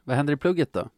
Vad händer i plugget då?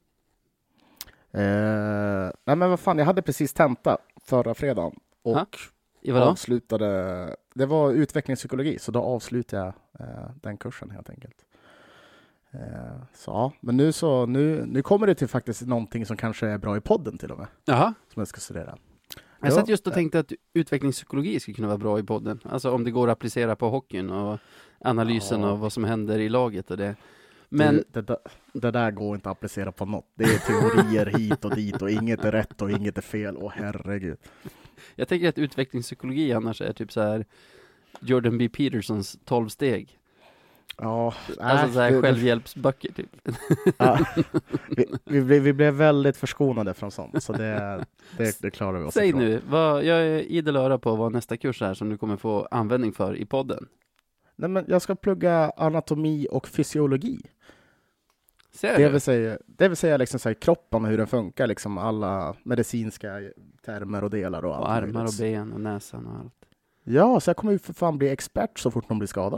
Nej men vad fan, jag hade precis tenta förra fredagen och I vad då? avslutade, det var utvecklingspsykologi, så då avslutade jag den kursen helt enkelt. Så ja, men nu kommer det till faktiskt någonting som kanske är bra i podden till och med, Jaha. som jag ska studera. Jag satt just och tänkte att utvecklingspsykologi skulle kunna vara bra i podden. Alltså om det går att applicera på hockeyn och analysen av vad som händer i laget och det. Men det där går inte att applicera på något. Det är teorier hit och dit och inget är rätt och inget är fel. Åh herregud. jag tänker att utvecklingspsykologi annars är typ så här Jordan B. Petersons 12 steg. Ja, Alltså så här självhjälpsböcker typ. Ja, vi blev väldigt förskonade från sånt, så det klarar vi oss Säg ifrån. nu, jag är idel öra på vad nästa kurs är som du kommer få användning för i podden. Nej, men jag ska plugga anatomi och fysiologi. Ser Det vill säga liksom så här, kroppen och hur den funkar, liksom alla medicinska termer och delar och allt. Och armar möjligt. och ben och näsan och allt. Ja, så jag kommer ju för fan bli expert så fort någon blir skadad.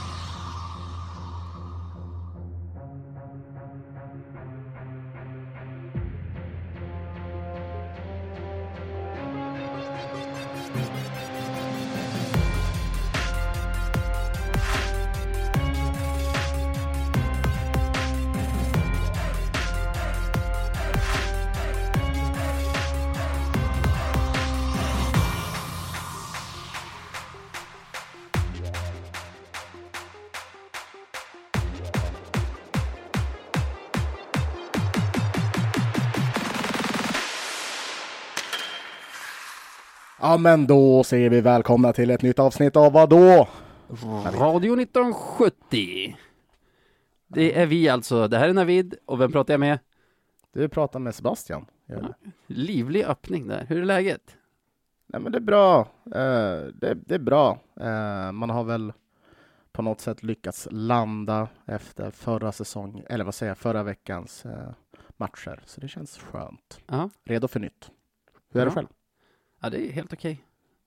Ja, men då säger vi välkomna till ett nytt avsnitt av vad då? Radio 1970. Det är vi alltså. Det här är Navid. Och vem pratar jag med? Du pratar med Sebastian. Ja. Livlig öppning där. Hur är läget? Nej, men det är bra. Det är bra. Man har väl på något sätt lyckats landa efter förra veckans matcher. Så det känns skönt. Ja. Redo för nytt. Hur är det själv? Ja, det är helt okej.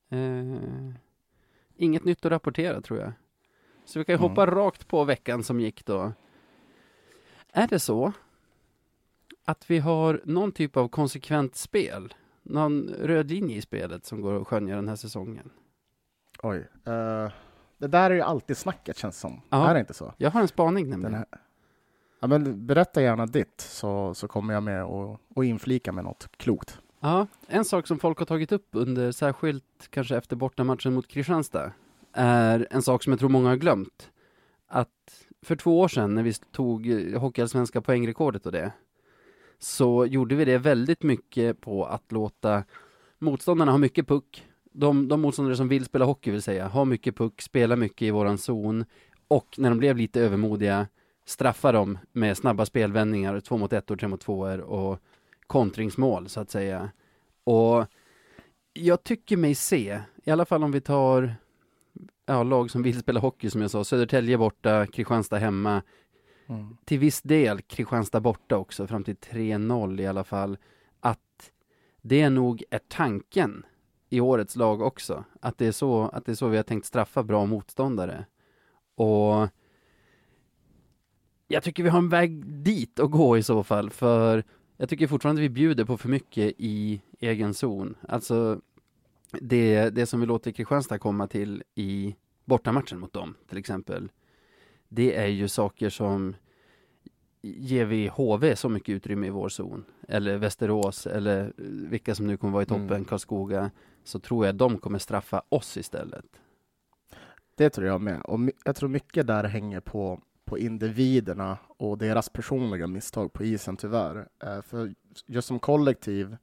Inget nytt att rapportera tror jag. Så vi kan hoppa rakt på veckan som gick då. Är det så att vi har någon typ av konsekvent spel? Någon röd linje i spelet som går att skönja den här säsongen? Oj. Det där är ju alltid snacket, känns som. Ja. Är det inte så? Jag har en spaning nämligen. Den här... Ja, men berätta gärna ditt, så kommer jag med och inflika med något klokt. Ja, en sak som folk har tagit upp under, särskilt kanske efter bortamatchen mot Kristianstad, är en sak som jag tror många har glömt. Att för 2 år sedan när vi tog hockeyallsvenska poängrekordet och det, så gjorde vi det väldigt mycket på att låta motståndarna ha mycket puck. De motståndare som vill spela hockey vill säga, ha mycket puck, spela mycket i våran zon, och när de blev lite övermodiga, straffa dem med snabba spelvändningar, 2 mot 1 och 3 mot 2 och kontringsmål så att säga. Och jag tycker mig se, i alla fall om vi tar lag som vill spela hockey som jag sa, Södertälje borta, Kristianstad hemma, till viss del Kristianstad borta också, fram till 3-0 i alla fall, att det nog är tanken i årets lag också, att det är så vi har tänkt straffa bra motståndare. Och jag tycker vi har en väg dit att gå i så fall, för jag tycker fortfarande vi bjuder på för mycket i egen zon. Alltså det som vi låter Kristianstad komma till i bortamatchen mot dem till exempel, det är ju saker som ger vi HV så mycket utrymme i vår zon, eller Västerås, eller vilka som nu kommer vara i toppen, Karlskoga, så tror jag de kommer straffa oss istället. Det tror jag med. Och jag tror mycket där hänger på individerna och deras personliga misstag på isen, tyvärr. För just som kollektiv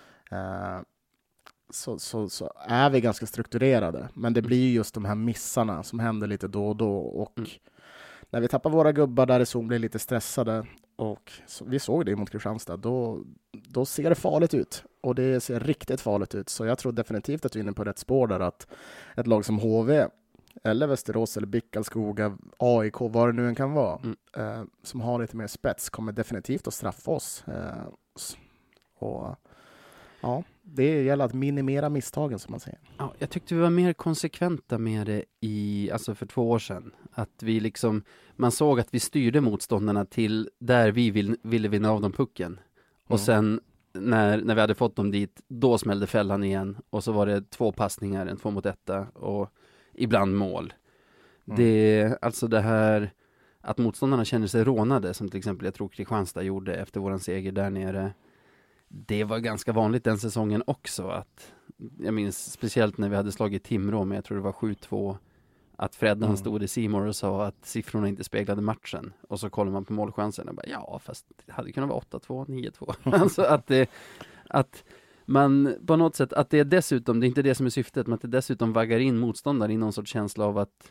så är vi ganska strukturerade. Men det blir just de här missarna som händer lite då och då. Och när vi tappar våra gubbar där i zon, blir lite stressade. Och vi såg det mot Kristianstad. Då ser det farligt ut. Och det ser riktigt farligt ut. Så jag tror definitivt att vi är inne på rätt spår där. Att ett lag som HV eller Västerås eller Karlskoga, AIK, vad det nu än kan vara, som har lite mer spets, kommer definitivt att straffa oss. Och Ja, det gäller att minimera misstagen som man säger. Ja, jag tyckte vi var mer konsekventa med det alltså för 2 år sedan. Att vi liksom, man såg att vi styrde motståndarna till där vi ville vinna av dem pucken. Och sen när vi hade fått dem dit, då smällde fällan igen. Och så var det 2 passningar, en 2 mot 1 och ibland mål. Alltså det här att motståndarna känner sig rånade, som till exempel jag tror Kristianstad gjorde efter våran seger där nere. Det var ganska vanligt den säsongen också. Att, jag minns speciellt när vi hade slagit Timrå med, jag tror det var 7-2, att Freddan stod i C More och sa att siffrorna inte speglade matchen. Och så kollar man på målchansen och bara, ja, fast det hade kunnat vara 8-2, 9-2. Alltså att man på något sätt, att det är dessutom, det är inte det som är syftet, men att det dessutom vaggar in motståndare i någon sorts känsla av att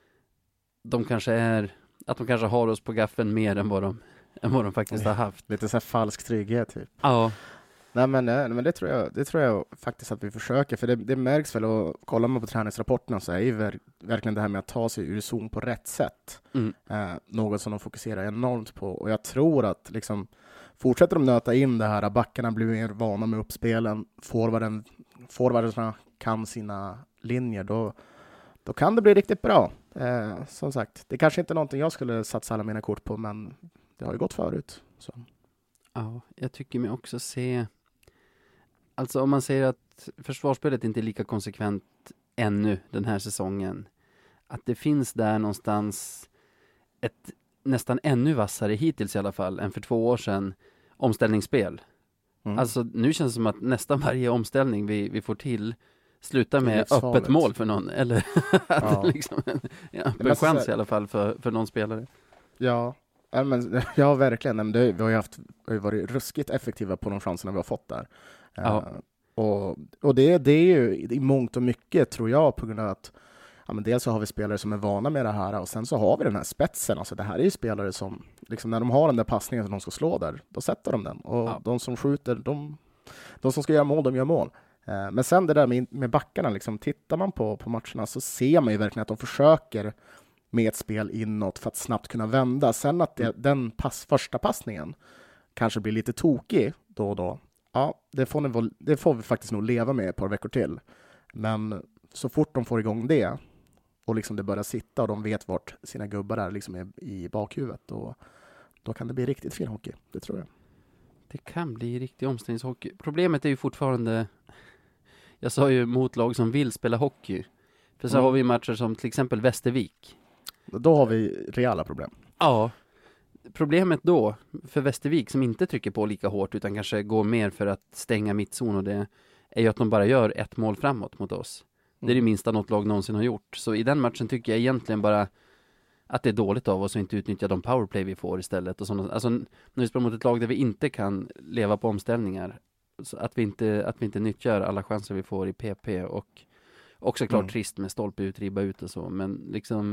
de kanske har oss på gaffeln mer än vad de faktiskt har haft. Lite så här falsk trygghet typ. Ja. Nej men det tror jag faktiskt att vi försöker, för det märks väl, och kollar man på träningsrapporterna så är ju verkligen det här med att ta sig ur zon på rätt sätt något som de fokuserar enormt på, och jag tror att liksom fortsätter de nöta in det här, backarna blir mer vana med uppspelen, forwarderna kan sina linjer, då kan det bli riktigt bra. Som sagt, det kanske inte är någonting jag skulle satsa alla mina kort på, men det har ju gått förut. Så. Ja, jag tycker mig också se, alltså om man säger att försvarsspelet inte är lika konsekvent ännu den här säsongen, att det finns där någonstans ett nästan ännu vassare hittills i alla fall än för 2 år sedan omställningsspel. Alltså nu känns det som att nästan varje omställning vi får till slutar med öppet mål för någon, eller att liksom en chans i alla fall för någon spelare. Ja, men, ja verkligen. Men vi har ju varit ruskigt effektiva på de chanserna vi har fått där. Och det är ju i mångt och mycket, tror jag, på grund av att men dels så har vi spelare som är vana med det här, och sen så har vi den här spetsen. Alltså det här är ju spelare som liksom, när de har den där passningen som de ska slå där, då sätter de den. Och de som skjuter, de som ska göra mål, de gör mål. Men sen det där med backarna, liksom, tittar man på matcherna så ser man ju verkligen att de försöker med ett spel inåt för att snabbt kunna vända. Sen att den första passningen kanske blir lite tokig då och då. Ja, det får vi faktiskt nog leva med ett par veckor till. Men så fort de får igång det och liksom det börjar sitta och de vet vart sina gubbar är liksom i bakhuvudet, då kan det bli riktigt fin hockey. Det tror jag. Det kan bli riktig omställningshockey. Problemet är ju fortfarande, jag sa ju, mot lag som vill spela hockey. För så har vi matcher som till exempel Västervik. Då har vi reala problem. Ja. Problemet då för Västervik, som inte trycker på lika hårt utan kanske går mer för att stänga mittzon, och det är ju att de bara gör 1 mål framåt mot oss. Det är det minsta något lag någonsin har gjort. Så i den matchen tycker jag egentligen bara att det är dåligt av oss att inte utnyttja de powerplay vi får istället. Och sådana, alltså när vi spelar mot ett lag där vi inte kan leva på omställningar, så att vi inte nyttjar alla chanser vi får i PP, och också klart trist med stolpe ut, ribba ut och så. Men liksom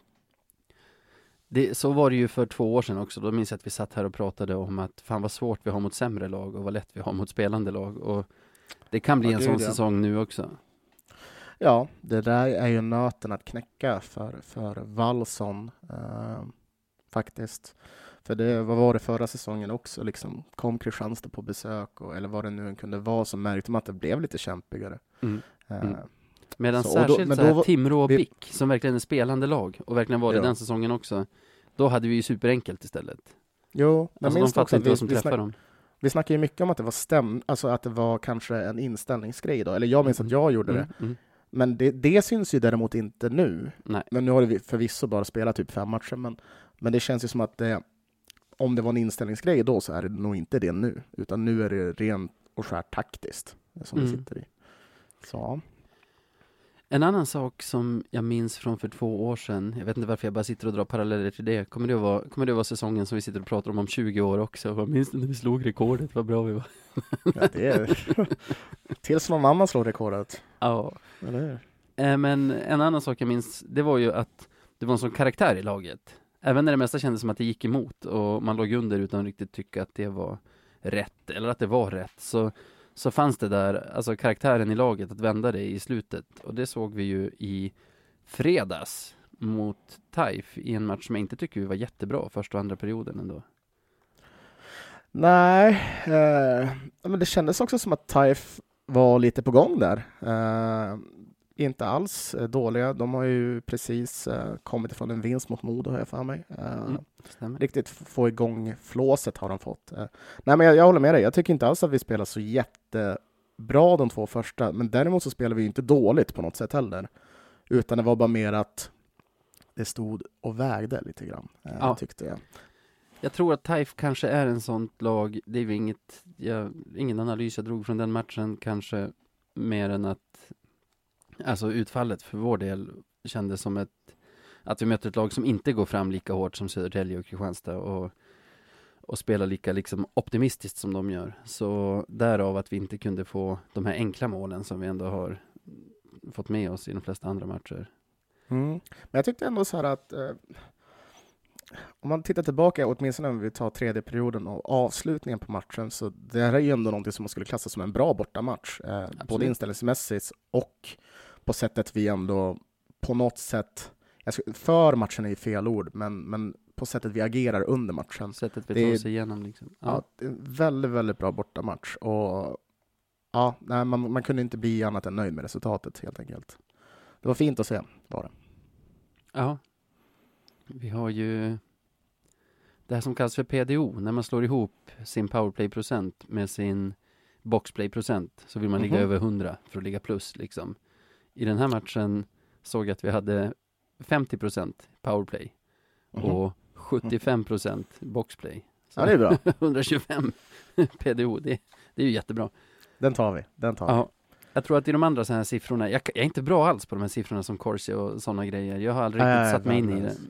så var det ju för 2 år sedan också. Då minns jag att vi satt här och pratade om att fan vad svårt vi har mot sämre lag och vad lätt vi har mot spelande lag. Och det kan bli en sån säsong nu också. Ja, det där är ju nöten att knäcka för Wallson faktiskt. För vad var det förra säsongen också? Liksom, kom Kristianstad på besök, eller vad det nu kunde vara, som märkte man att det blev lite kämpigare. Medan särskilt Timrå och Bick, som verkligen är spelande lag, och verkligen var det den säsongen också, då hade vi ju superenkelt istället. Jo, alltså, de fattade inte vad som träffade dem. Vi snackar ju mycket om att det var alltså att det var kanske en inställningsgrej då, eller jag minns att jag gjorde det. Men det syns ju däremot inte nu. Nej. Men nu har vi förvisso bara spelat typ 5 matcher, men det känns ju som att om det var en inställningsgrej då, så är det nog inte det nu, utan nu är det rent och skärt taktiskt som vi sitter i. Så. En annan sak som jag minns från för 2 år sedan, jag vet inte varför jag bara sitter och drar paralleller till det. Kommer det vara säsongen som vi sitter och pratar om 20 år också? Vad minns du när vi slog rekordet? Vad bra vi var. Ja, det är tills någon annan slår rekordet. Ja. Eller? Men en annan sak jag minns, det var ju att det var en sån karaktär i laget. Även när det mesta kändes som att det gick emot och man låg under utan att riktigt tycka att det var rätt, eller att det var rätt, så fanns det där, alltså karaktären i laget, att vända det i slutet. Och det såg vi ju i fredags mot Taif i en match som jag inte tycker vi var jättebra första och andra perioden ändå. Nej, men det kändes också som att Taif var lite på gång där. Inte alls dåliga. De har ju precis kommit ifrån en vinst mot Modo, har jag för mig. Riktigt få igång flåset har de fått. Nej, men jag håller med dig. Jag tycker inte alls att vi spelar så jättebra de 2 första. Men däremot så spelar vi inte dåligt på något sätt heller. Utan det var bara mer att det stod och vägde lite grann, tyckte jag. Jag tror att Taif kanske är en sånt lag. Det är ju ingen analys jag drog från den matchen, kanske mer än att alltså utfallet för vår del kändes som att vi möter ett lag som inte går fram lika hårt som Södertälje och Kristianstad och spelar lika liksom optimistiskt som de gör. Så därav att vi inte kunde få de här enkla målen som vi ändå har fått med oss i de flesta andra matcher. Men jag tyckte ändå så här att om man tittar tillbaka, åtminstone när vi tar tredje perioden och avslutningen på matchen, så det här är ju ändå någonting som man skulle klassa som en bra bortamatch. Både inställningsmässigt och på sättet vi ändå på något sätt, för matchen är ju fel ord, men på sättet vi agerar under matchen. Sättet vi tar oss igenom liksom. Ja, det är en väldigt, väldigt bra bortamatch. Och ja, nej, man kunde inte bli annat än nöjd med resultatet helt enkelt. Det var fint att se, var det. Ja. Vi har ju det här som kallas för PDO. När man slår ihop sin powerplay-procent med sin boxplay-procent så vill man ligga över 100 för att ligga plus liksom. I den här matchen såg jag att vi hade 50% powerplay och 75% boxplay. Så ja, det är bra. 125 PDO, det är ju jättebra. Den tar vi. Ja. Jag tror att i de andra sådana här siffrorna, jag är inte bra alls på de här siffrorna som Corsi och sådana grejer. Jag har aldrig riktigt satt mig in i det.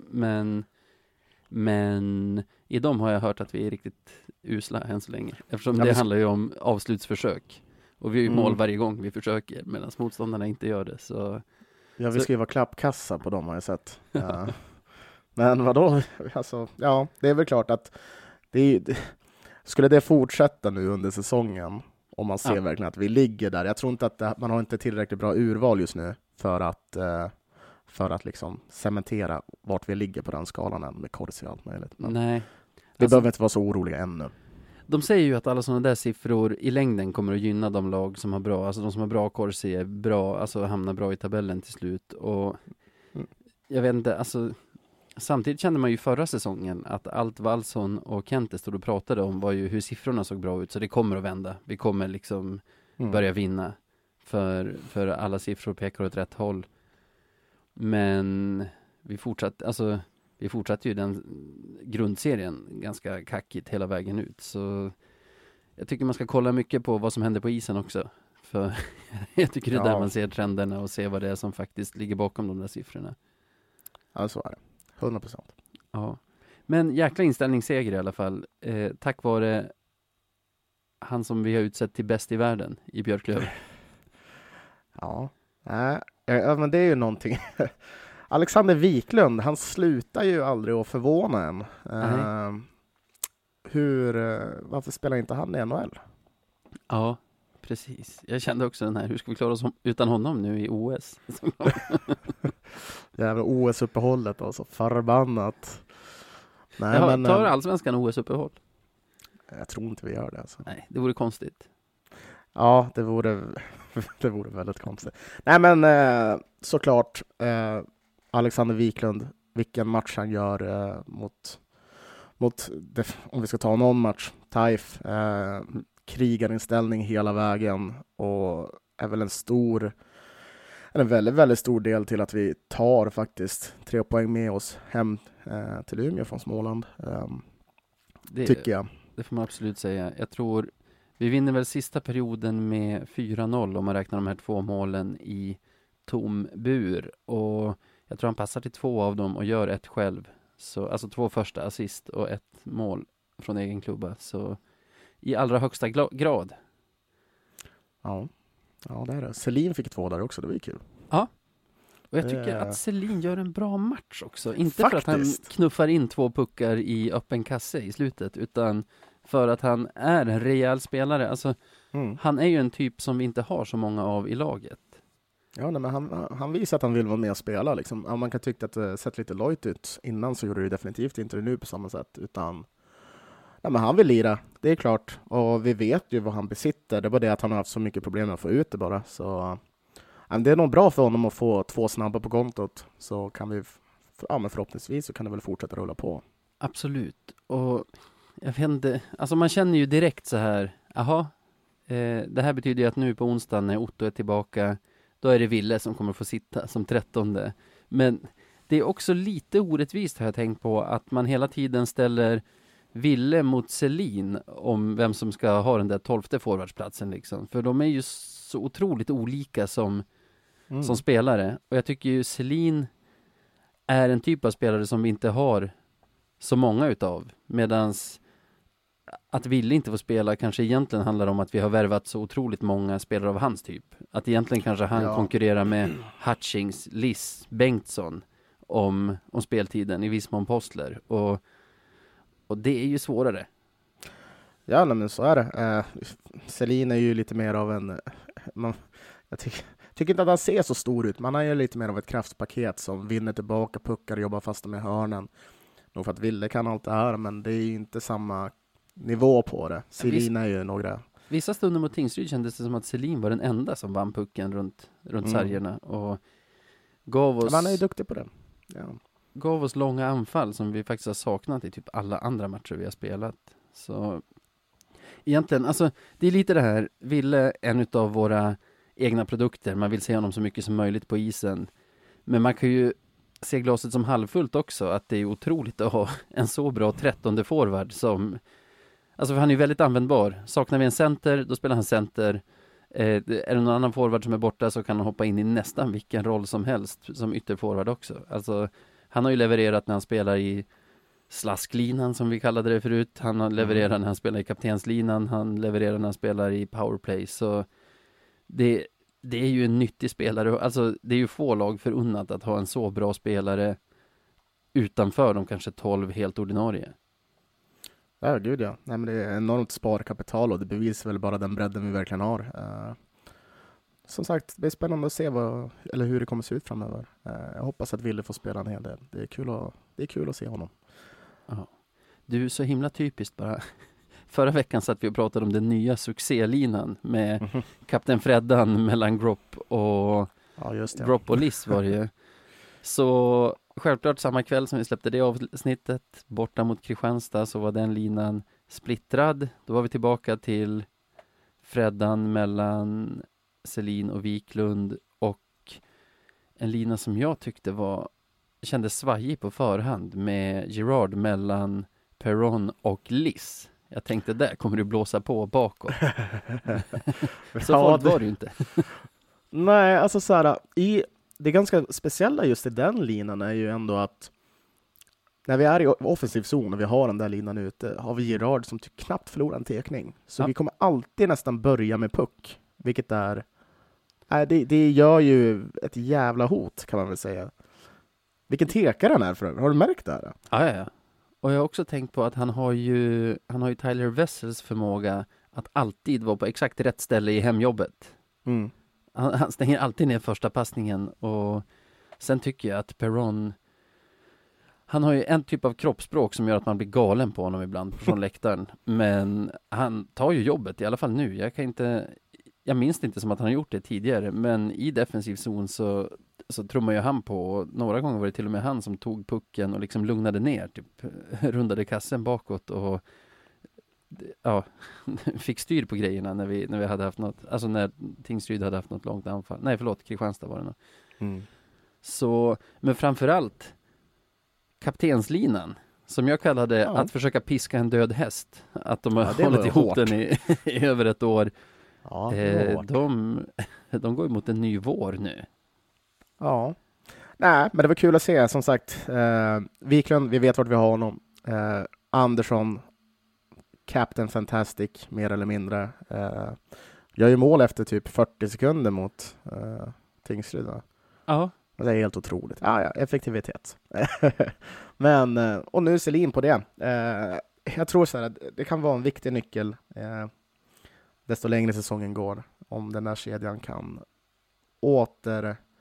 Men i dem har jag hört att vi är riktigt usla än så länge. Eftersom det handlar ju om avslutsförsök. Och vi är ju mål varje gång vi försöker, medan motståndarna inte gör det. Så jag vill skriva klappkassa på dem, har jag sett. Men vadå? Alltså, ja, det är väl klart att skulle det fortsätta nu under säsongen, om man ser verkligen att vi ligger där. Jag tror inte att man har inte tillräckligt bra urval just nu för att liksom cementera vart vi ligger på den skalan än med Corsi och allt möjligt. Men nej. Vi behöver inte vara så oroliga ännu. De säger ju att alla sådana där siffror i längden kommer att gynna de lag som har bra. Alltså de som har bra Corsi är bra, alltså hamnar bra i tabellen till slut. Och jag vet inte, alltså samtidigt kände man ju förra säsongen att allt Wallson och Kente stod och pratade om var ju hur siffrorna såg bra ut. Så det kommer att vända. Vi kommer liksom börja vinna. För alla siffror pekar åt rätt håll. Men vi fortsatte ju den grundserien ganska kackigt hela vägen ut. Så jag tycker man ska kolla mycket på vad som händer på isen också. För jag tycker det är där man ser trenderna och ser vad det är som faktiskt ligger bakom de där siffrorna. Ja, så är det. 100%. Ja. Men jäkla inställningsseger i alla fall. Tack vare han som vi har utsett till bäst i världen i Björklöven. Ja, men det är ju någonting. Alexander Wiklund, han slutar ju aldrig att förvåna en. Varför spelar inte han i NHL? Ja, precis. Jag kände också den här, hur ska vi klara oss utan honom nu i OS? Jävla OS-uppehållet alltså, förbannat. Nej, tar allsvenskan OS-uppehåll? Jag tror inte vi gör det alltså. Nej, det vore konstigt. Ja, det vore väldigt konstigt. Nej, men såklart Alexander Wiklund, vilken match han gör mot om vi ska ta någon match, Taif, krigarinställning hela vägen och är väl en väldigt, väldigt stor del till att vi tar faktiskt 3 poäng med oss hem till Umeå från Småland. Tycker jag. Det får man absolut säga. Jag tror vi vinner väl sista perioden med 4-0 om man räknar de här 2 målen i tom bur. Och jag tror han passar till 2 av dem och gör ett själv. Så, alltså 2 första assist och 1 mål från egen klubba. Så i allra högsta grad. Ja, det är det. Selin fick 2 där också, det var ju kul. Ja, och jag tycker att Selin gör en bra match också. Inte faktiskt. För att han knuffar in 2 puckar i öppen kasse i slutet, utan för att han är en rejäl spelare. Alltså, han är ju en typ som vi inte har så många av i laget. Ja, nej, men han visar att han vill vara med och spela. Liksom. Ja, man kan tycka att det sett lite lojt ut innan, så gjorde det definitivt inte det nu på samma sätt. Utan men han vill lira. det är klart. Och vi vet ju vad han besitter. Det var det att han har haft så mycket problem med att få ut det bara. Så det är nog bra för honom att få 2 snabba på kontot. Så kan vi, men förhoppningsvis så kan det väl fortsätta rulla på. Absolut. Och jag vet inte, alltså man känner ju direkt så här, det här betyder ju att nu på onsdag när Otto är tillbaka, då är det Ville som kommer få sitta som 13:e. Men det är också lite orättvist, har jag tänkt på, att man hela tiden ställer Ville mot Selin om vem som ska ha den där 12:e forwardsplatsen liksom. För de är ju så otroligt olika som spelare. Och jag tycker ju Selin är en typ av spelare som vi inte har så många utav. Medans att Ville inte får spela kanske egentligen handlar om att vi har värvat så otroligt många spelare av hans typ. Att egentligen kanske han konkurrerar med Hutchings, Liss, Bengtsson om speltiden, i viss mån Postler. Och det är ju svårare. Ja, men så är det. Selin är ju lite mer av en... jag tycker inte att han ser så stor ut. Man är ju lite mer av ett kraftpaket som vinner tillbaka puckar och jobbar fast med hörnen. Nog för att Ville kan allt det här, men det är ju inte samma nivå på det. Selin är ju några... Vissa stunder mot Tingsryd kändes det som att Selin var den enda som vann pucken runt sargerna. Och gav oss... Man är ju duktig på det. Ja. Gav oss långa anfall som vi faktiskt har saknat i typ alla andra matcher vi har spelat. Så egentligen, alltså det är lite det här, Ville en utav våra egna produkter. Man vill se honom så mycket som möjligt på isen. Men man kan ju se glaset som halvfullt också, att det är otroligt att ha en så bra 13:e forward som, alltså för han är ju väldigt användbar. Saknar vi en center, då spelar han center. Är det någon annan forward som är borta så kan han hoppa in i nästan vilken roll som helst som ytterforward också. Alltså han har ju levererat när han spelar i slasklinan som vi kallade det förut. Han har levererat när han spelar i kaptenslinan. Han levererar när han spelar i powerplay. Så det är ju en nyttig spelare. Alltså det är ju få lag förunnat att ha en så bra spelare utanför de kanske 12 helt ordinarie. Ja, gud ja. Nej, men det är enormt sparkapital och det bevisar väl bara den bredden vi verkligen har. Som sagt, det är spännande att se hur det kommer se ut framöver. Jag hoppas att Ville får spela en hel del. Det är kul att se honom. Ja. Du är så himla typiskt bara. Förra veckan satt vi och pratade om den nya succélinan med kapten Freddan mellan Gropp och Gropp och Liss var det ju. Så självklart samma kväll som vi släppte det avsnittet borta mot Kristianstad så var den linan splittrad. Då var vi tillbaka till Freddan mellan Selin och Wiklund och en lina som jag tyckte kändes svajig på förhand med Gerard mellan Perron och Liss. Jag tänkte där kommer du blåsa på bakåt. Så folk var det ju inte. Nej, alltså så här, det ganska speciella just i den linan är ju ändå att när vi är i offensiv zon och vi har den där linan ute har vi Gerard som knappt förlorar en tekning. Så vi kommer alltid nästan börja med puck, vilket är det gör ju ett jävla hot kan man väl säga. Vilken tekare han är för övrigt. Har du märkt det här? Ja. Och jag har också tänkt på att han har ju Tyler Wessels förmåga att alltid vara på exakt rätt ställe i hemjobbet. Han stänger alltid ner första passningen och sen tycker jag att Perron, han har ju en typ av kroppsspråk som gör att man blir galen på honom ibland från läktaren. Men han tar ju jobbet, i alla fall nu. Jag minns inte som att han har gjort det tidigare, men i defensiv zon så tror man ju han på, och några gånger var det till och med han som tog pucken och liksom lugnade ner, typ rundade kassen bakåt och fick styr på grejerna när vi hade haft något, alltså när Tingsryd hade haft något långt anfall. Nej, förlåt, Kristianstad var det nog. Så, men framförallt kaptenslinan, som jag kallade att försöka piska en död häst. Att de har hållit ihop den i över ett år. Ja, de går mot en ny vår nu. Ja. Nej, men det var kul att se. Som sagt, Wiklund, vi vet vart vi har honom. Andersson, Captain Fantastic, mer eller mindre. Gör ju mål efter typ 40 sekunder mot Tingsryd. Ja. Det är helt otroligt. Ja, effektivitet. Men, och nu Selin på det. Jag tror så här att det kan vara en viktig nyckel desto längre säsongen går. Om den här kedjan kan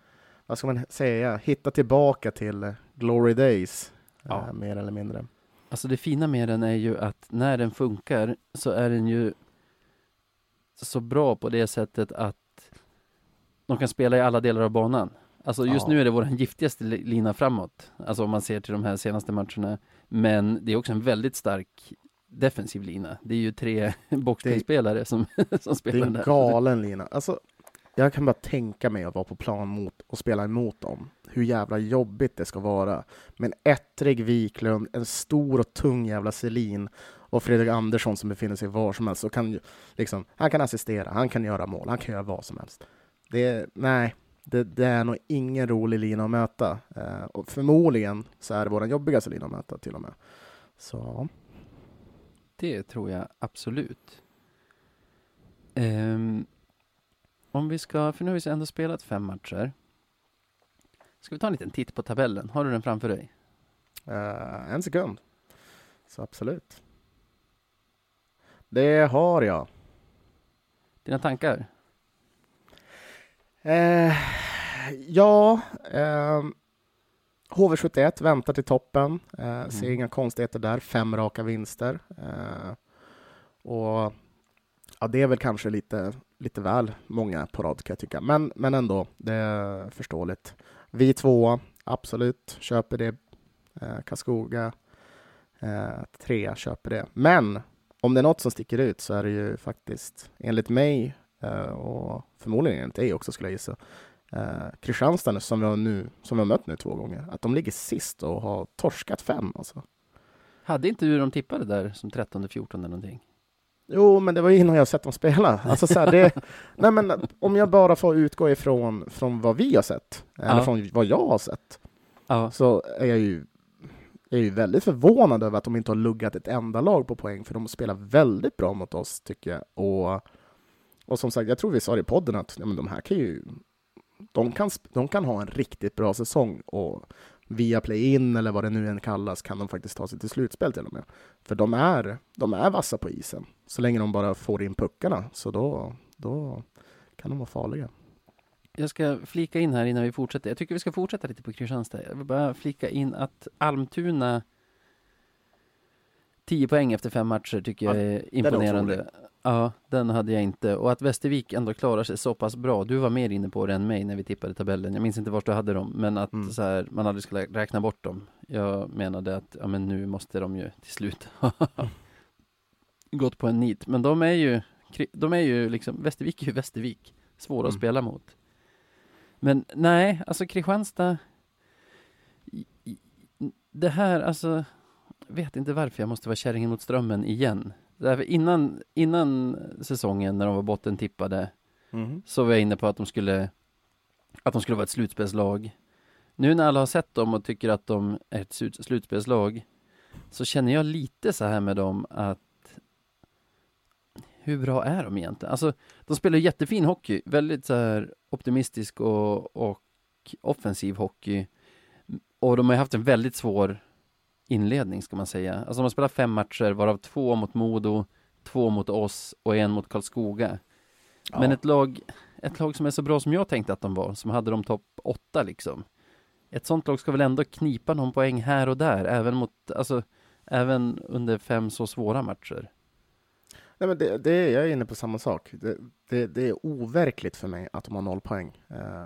hitta tillbaka till Glory Days. Mer eller mindre. Alltså det fina med den är ju att när den funkar så är den ju så bra på det sättet att de kan spela i alla delar av banan. Alltså just nu är det vår giftigaste lina framåt. Alltså om man ser till de här senaste matcherna. Men det är också en väldigt stark defensiv lina. Det är ju 3 boxspelare som spelar där. Det är en galen lina. Alltså, jag kan bara tänka mig att vara på plan mot och spela emot dem. Hur jävla jobbigt det ska vara. Men ettrig Wiklund, en stor och tung jävla Selin och Fredrik Andersson som befinner sig var som helst. Och kan, liksom, han kan assistera, han kan göra mål, han kan göra vad som helst. Det är nog ingen rolig lina att möta. Och förmodligen så är det vår jobbigaste lina att möta till och med. Så. Det tror jag absolut. Om vi ska, för nu har vi ändå spelat 5 matcher. Ska vi ta en liten titt på tabellen? Har du den framför dig? En sekund. Så absolut. Det har jag. Dina tankar? HV71 väntar till toppen. Ser inga konstigheter där. 5 raka vinster. Och ja, det är väl kanske lite väl många på rad kan jag tycka. Men ändå, det är förståeligt. Vi 2, absolut, köper det. Karlskoga 3 köper det. Men om det är något som sticker ut så är det ju faktiskt enligt mig och förmodligen enligt dig också skulle jag gissa. Kristianstad som vi har mött nu 2 gånger. Att de ligger sist och har torskat 5 alltså. Hade inte du de tippade där som 13-14 eller någonting? Jo, men det var innan jag sett dem spela. Alltså så här, nej men om jag bara får utgå ifrån från vad vi har sett eller från vad jag har sett så är jag ju väldigt förvånad över att de inte har luggat ett enda lag på poäng, för de spelar väldigt bra mot oss tycker jag. Och som sagt, jag tror vi sa det i podden att ja, men de här kan ju de kan ha en riktigt bra säsong och via play-in eller vad det nu än kallas kan de faktiskt ta sig till slutspel till och med. För de är vassa på isen. Så länge de bara får in puckarna, så då kan de vara farliga. Jag ska flika in här innan vi fortsätter. Jag tycker vi ska fortsätta lite på Kristianstad. Jag vill bara flika in att Almtuna 10 poäng efter 5 matcher tycker jag är imponerande. Ja, den hade jag inte. Och att Västervik ändå klarar sig så pass bra. Du var mer inne på det än mig när vi tippade tabellen. Jag minns inte vart du hade dem. Men att så här, man aldrig skulle räkna bort dem. Jag menade att ja, men nu måste de ju till slut gått på en nit. Men de är ju liksom, Västervik är ju Västervik. Svåra att spela mot. Men nej, alltså Kristianstad, det här, alltså, vet inte varför jag måste vara kärringen mot strömmen igen. Därför innan säsongen när de var bottentippade så var jag inne på att de skulle vara ett slutspelslag. Nu när alla har sett dem och tycker att de är ett slutspelslag så känner jag lite så här med dem att hur bra är de egentligen? Alltså, de spelar jättefin hockey. Väldigt så här optimistisk och offensiv hockey. Och de har haft en väldigt svår inledning ska man säga. Alltså de har spelat 5 matcher, varav 2 mot Modo, 2 mot oss och 1 mot Karlskoga. Ja. Men ett lag som är så bra som jag tänkte att de var, som hade de topp 8 liksom. Ett sånt lag ska väl ändå knipa någon poäng här och där, även under 5 så svåra matcher. Nej, men jag är inne på samma sak. Det är overkligt för mig att de har 0 poäng.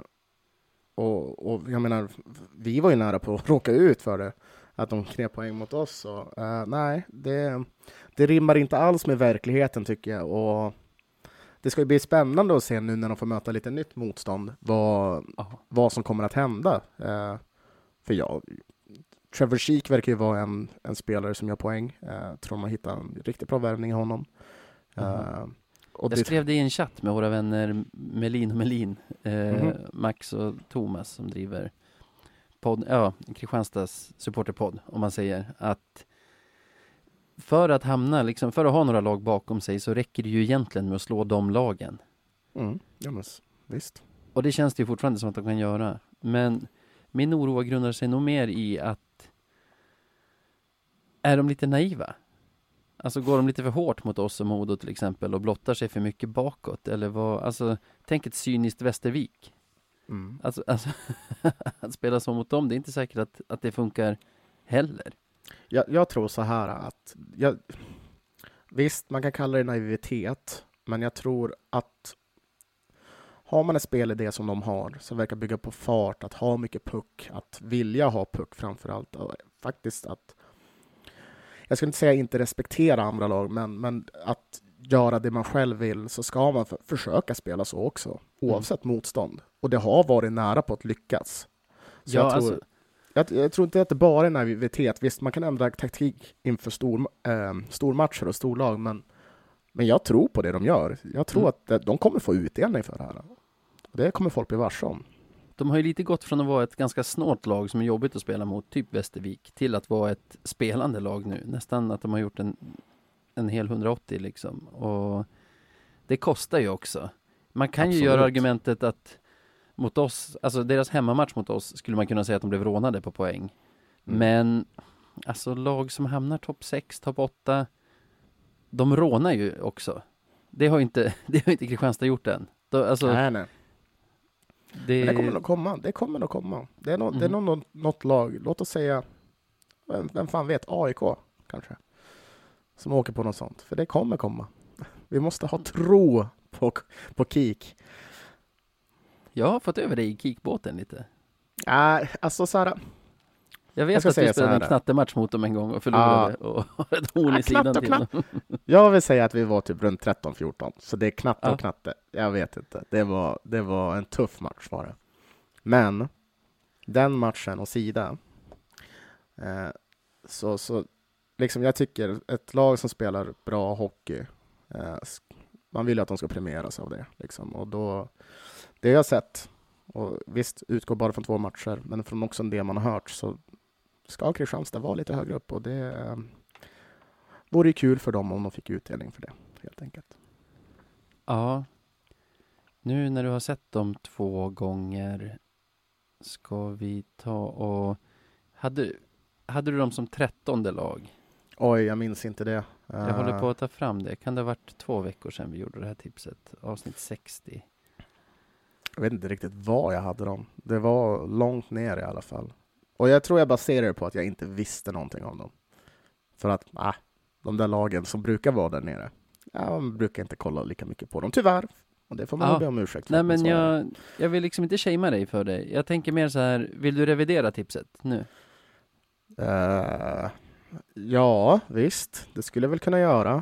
Och jag menar, vi var ju nära på att råka ut för det. Att de knep poäng mot oss. Och, nej, det rimmar inte alls med verkligheten tycker jag. Och det ska ju bli spännande att se nu när de får möta lite nytt motstånd. Vad som kommer att hända. För Trevor Sheek verkar ju vara en spelare som gör poäng. Tror man hittar en riktigt bra värvning i honom. Och jag skrev det i en chatt med våra vänner Melin, Max och Thomas som driver Kristianstads supporterpodd, om man säger att för att ha några lag bakom sig så räcker det ju egentligen med att slå de lagen. Ja, men, visst. Och det känns det ju fortfarande som att de kan göra. Men min oro grundar sig nog mer i att är de lite naiva? Alltså går de lite för hårt mot oss och Modo till exempel och blottar sig för mycket bakåt? Eller vad? Alltså, tänk ett cyniskt Västervik. Alltså att spela så mot dem, det är inte säkert att det funkar heller. Jag tror så här att visst, man kan kalla det naivitet, men jag tror att har man en spelidé som de har, som verkar bygga på fart, att ha mycket puck, att vilja ha puck framförallt, och faktiskt att, jag skulle inte säga inte respektera andra lag, men att göra det man själv vill, så ska man försöka spela så också, oavsett motstånd. Och det har varit nära på att lyckas. Så jag tror inte att det bara är naivitet. Visst, man kan ändra taktik inför stormatcher och storlag, men jag tror på det de gör. Jag tror att de kommer få utdelning för det här. Det kommer folk bli varse om. De har ju lite gått från att vara ett ganska snålt lag som är jobbigt att spela mot, typ Västervik, till att vara ett spelande lag nu. Nästan att de har gjort en hel 180 liksom. Och det kostar ju också. Man kan ju göra argumentet att mot oss, alltså deras hemmamatch mot oss, skulle man kunna säga att de blev rånade på poäng. Men alltså lag som hamnar topp 6, topp 8, de rånar ju också. Det har inte Kristianstad gjort än. Nej. Det kommer nog komma. Det är nog något lag. Låt oss säga, vem fan vet, AIK kanske, som åker på något sånt. För det kommer komma. Vi måste ha tro på KIK. Jag har fått över dig i KIK-båten lite. Alltså Sara. Jag vet att du spelade en knattematch mot dem en gång och förlorade och har ett horn i sidan till dem. Jag vill säga att vi var typ runt 13-14. Så det är knatte och knatte. Jag vet inte. Det var en tuff match var det. Men den matchen och sida så liksom jag tycker ett lag som spelar bra hockey, man vill ju att de ska premieras av det liksom. Och då, det jag har sett, och visst utgår bara från 2 matcher, men från också en del man har hört, så ska Kristianstad vara lite högre upp, och det vore ju kul för dem om de fick utdelning för det, helt enkelt. Ja. Nu när du har sett dem 2 gånger, ska vi ta och... Hade du dem som 13:e lag? Oj, jag minns inte det. Jag håller på att ta fram det. Kan det ha varit 2 veckor sedan vi gjorde det här tipset? Avsnitt 60. Jag vet inte riktigt var jag hade dem. Det var långt ner i alla fall. Och jag tror jag baserar det på att jag inte visste någonting om dem. För att de där lagen som brukar vara där nere, man brukar inte kolla lika mycket på dem, tyvärr. Och det får man be om ursäkt för. Nej, men jag vill liksom inte shamea dig för det. Jag tänker mer så här, vill du revidera tipset nu? Ja, visst. Det skulle jag väl kunna göra.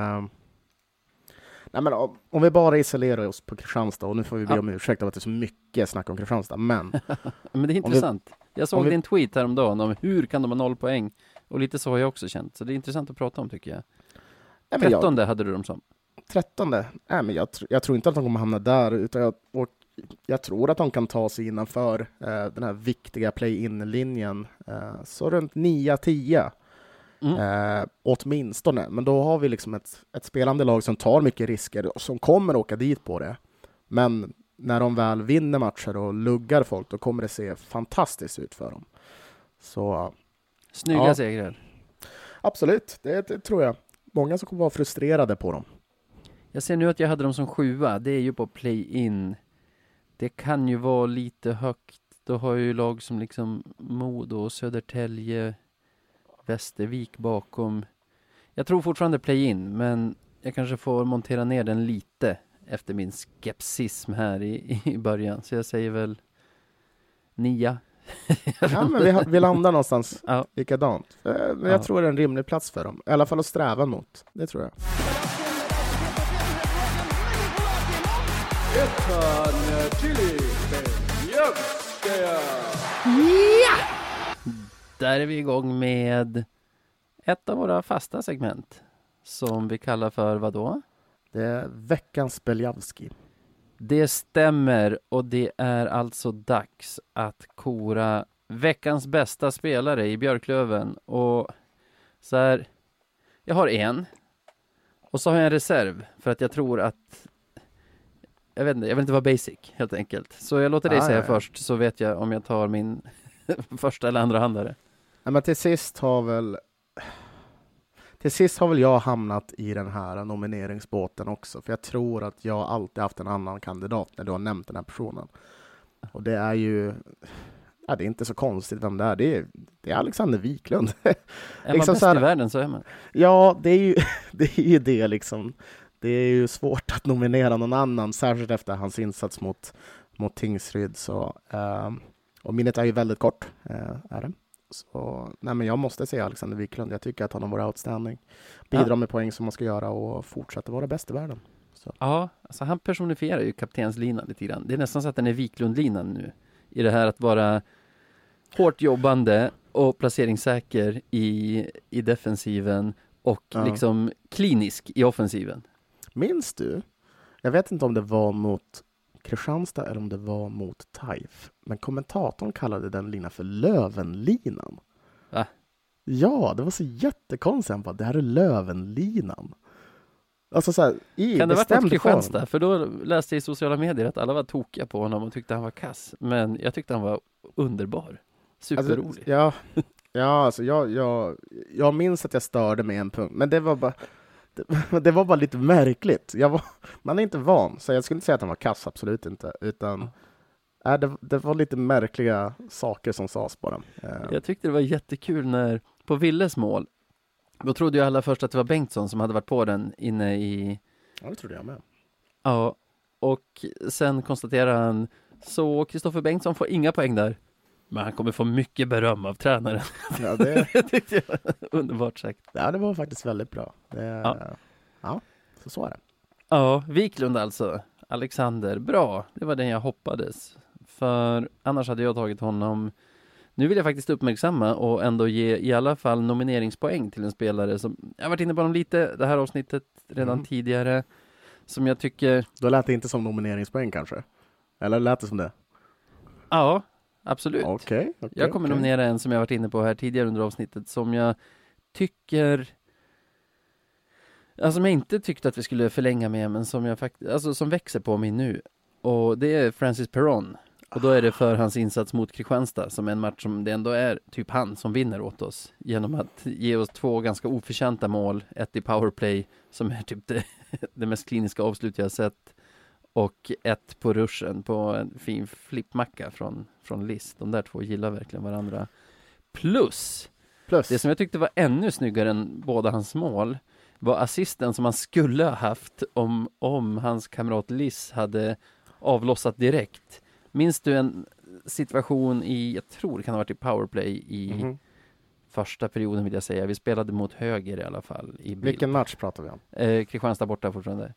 Nej, men om vi bara isolerar oss på Kristianstad, och nu får vi be om ursäkt av att det är så mycket snack om Kristianstad, men... men det är intressant. Jag såg din tweet häromdagen om hur kan de ha 0 poäng, och lite så har jag också känt. Så det är intressant att prata om, tycker jag. 13:e hade du dem som. 13:e? Nej, men jag tror inte att de kommer hamna där, utan jag tror att de kan ta sig innanför den här viktiga play-in-linjen. Så runt 9-10. Åtminstone. Men då har vi liksom ett spelande lag som tar mycket risker och som kommer åka dit på det. Men när de väl vinner matcher och luggar folk, då kommer det se fantastiskt ut för dem. Så snygga segrar. Absolut, det tror jag. Många som kommer vara frustrerade på dem. Jag ser nu att jag hade dem som 7:a. Det är ju på play-in. Det kan ju vara lite högt. Då har ju lag som liksom Modo, Södertälje, Västervik bakom. Jag tror fortfarande play-in, men jag kanske får montera ner den lite efter min skepsism här i början. Så jag säger väl 9. Ja, men vi landar någonstans likadant. Men jag tror det är en rimlig plats för dem. I alla fall att sträva mot. Det tror jag. Där är vi igång med ett av våra fasta segment som vi kallar för vad då? Det är veckans Beljavski. Det stämmer, och det är alltså dags att kora veckans bästa spelare i Björklöven. Och så här, jag har en och så har jag en reserv för att jag tror att jag vill inte vara basic helt enkelt. Så jag låter dig säga först, så vet jag om jag tar min första eller andra handare. Ja, men till sist har väl jag hamnat i den här nomineringsbåten också. För jag tror att jag alltid haft en annan kandidat när du har nämnt den här personen. Och det är ju Ja, det är inte så konstigt vem det är. Det är Alexander Wiklund. Är man liksom bäst så här, i världen så är man. Ja, det är ju det liksom. Det är ju svårt att nominera någon annan, särskilt efter hans insats mot Tingsryd. Så, och minnet är ju väldigt kort, är det. Så, nej, men jag måste säga Alexander Wiklund. Jag tycker att han har varit outstanding. Bidrar med poäng som man ska göra och fortsätter vara bäst i världen. Så. Ja, alltså han personifierar ju kaptenslinan lite grann. Det är nästan så att den är Wiklund-linan nu. I det här att vara hårt jobbande och placeringssäker i defensiven och liksom klinisk i offensiven. Minns du? Jag vet inte om det var mot Kristianstad eller om det var mot Taif. Men kommentatorn kallade den linan för Lövenlinan. Va? Ja, det var så jättekonstigt. Han bara, det här är Lövenlinan. Alltså så här, kan det ha varit mot Kristianstad? För då läste jag i sociala medier att alla var tokiga på honom och tyckte han var kass. Men jag tyckte han var underbar. Superrolig. Alltså, jag minns att jag störde med en punkt. Men det var bara lite märkligt. Man är inte van, så jag skulle inte säga att han var kass, absolut inte. Utan det var lite märkliga saker som sades bara. Jag tyckte det var jättekul när på Willes mål, då trodde ju alla först att det var Bengtsson som hade varit på den inne i... Ja, det trodde jag med. Ja, och sen konstaterar han, så Kristoffer Bengtsson får inga poäng där. Men han kommer få mycket beröm av tränaren. Ja, det tyckte jag var underbart sagt. Ja, det var faktiskt väldigt bra. Ja, så är det. Ja, Wiklund alltså. Alexander, bra. Det var den jag hoppades. För annars hade jag tagit honom. Nu vill jag faktiskt uppmärksamma och ändå ge i alla fall nomineringspoäng till en spelare som jag har varit inne på honom lite det här avsnittet redan tidigare. Som jag tycker... Då lät det inte som nomineringspoäng kanske? Eller lät det som det? Ja, absolut. Okay, jag kommer nominera en som jag varit inne på här tidigare under avsnittet som jag tycker... Alltså som jag inte tyckte att vi skulle förlänga med, men som jag faktiskt, alltså som växer på mig nu. Och det är Francis Perron. Och då är det för hans insats mot Kristianstad, som en match som det ändå är typ han som vinner åt oss. Genom att ge oss 2 ganska oförtjänta mål. Ett i powerplay som är typ det mest kliniska avslut jag har sett. Och ett på ruschen på en fin flippmacka från List. De där 2 gillar verkligen varandra. Plus, det som jag tyckte var ännu snyggare än båda hans mål var assisten som han skulle ha haft om hans kamrat Liss hade avlossat direkt. Minns du en situation jag tror det kan ha varit i powerplay i första perioden vill jag säga. Vi spelade mot höger i alla fall. Vilken match pratar vi om? Kristianstad borta fortfarande.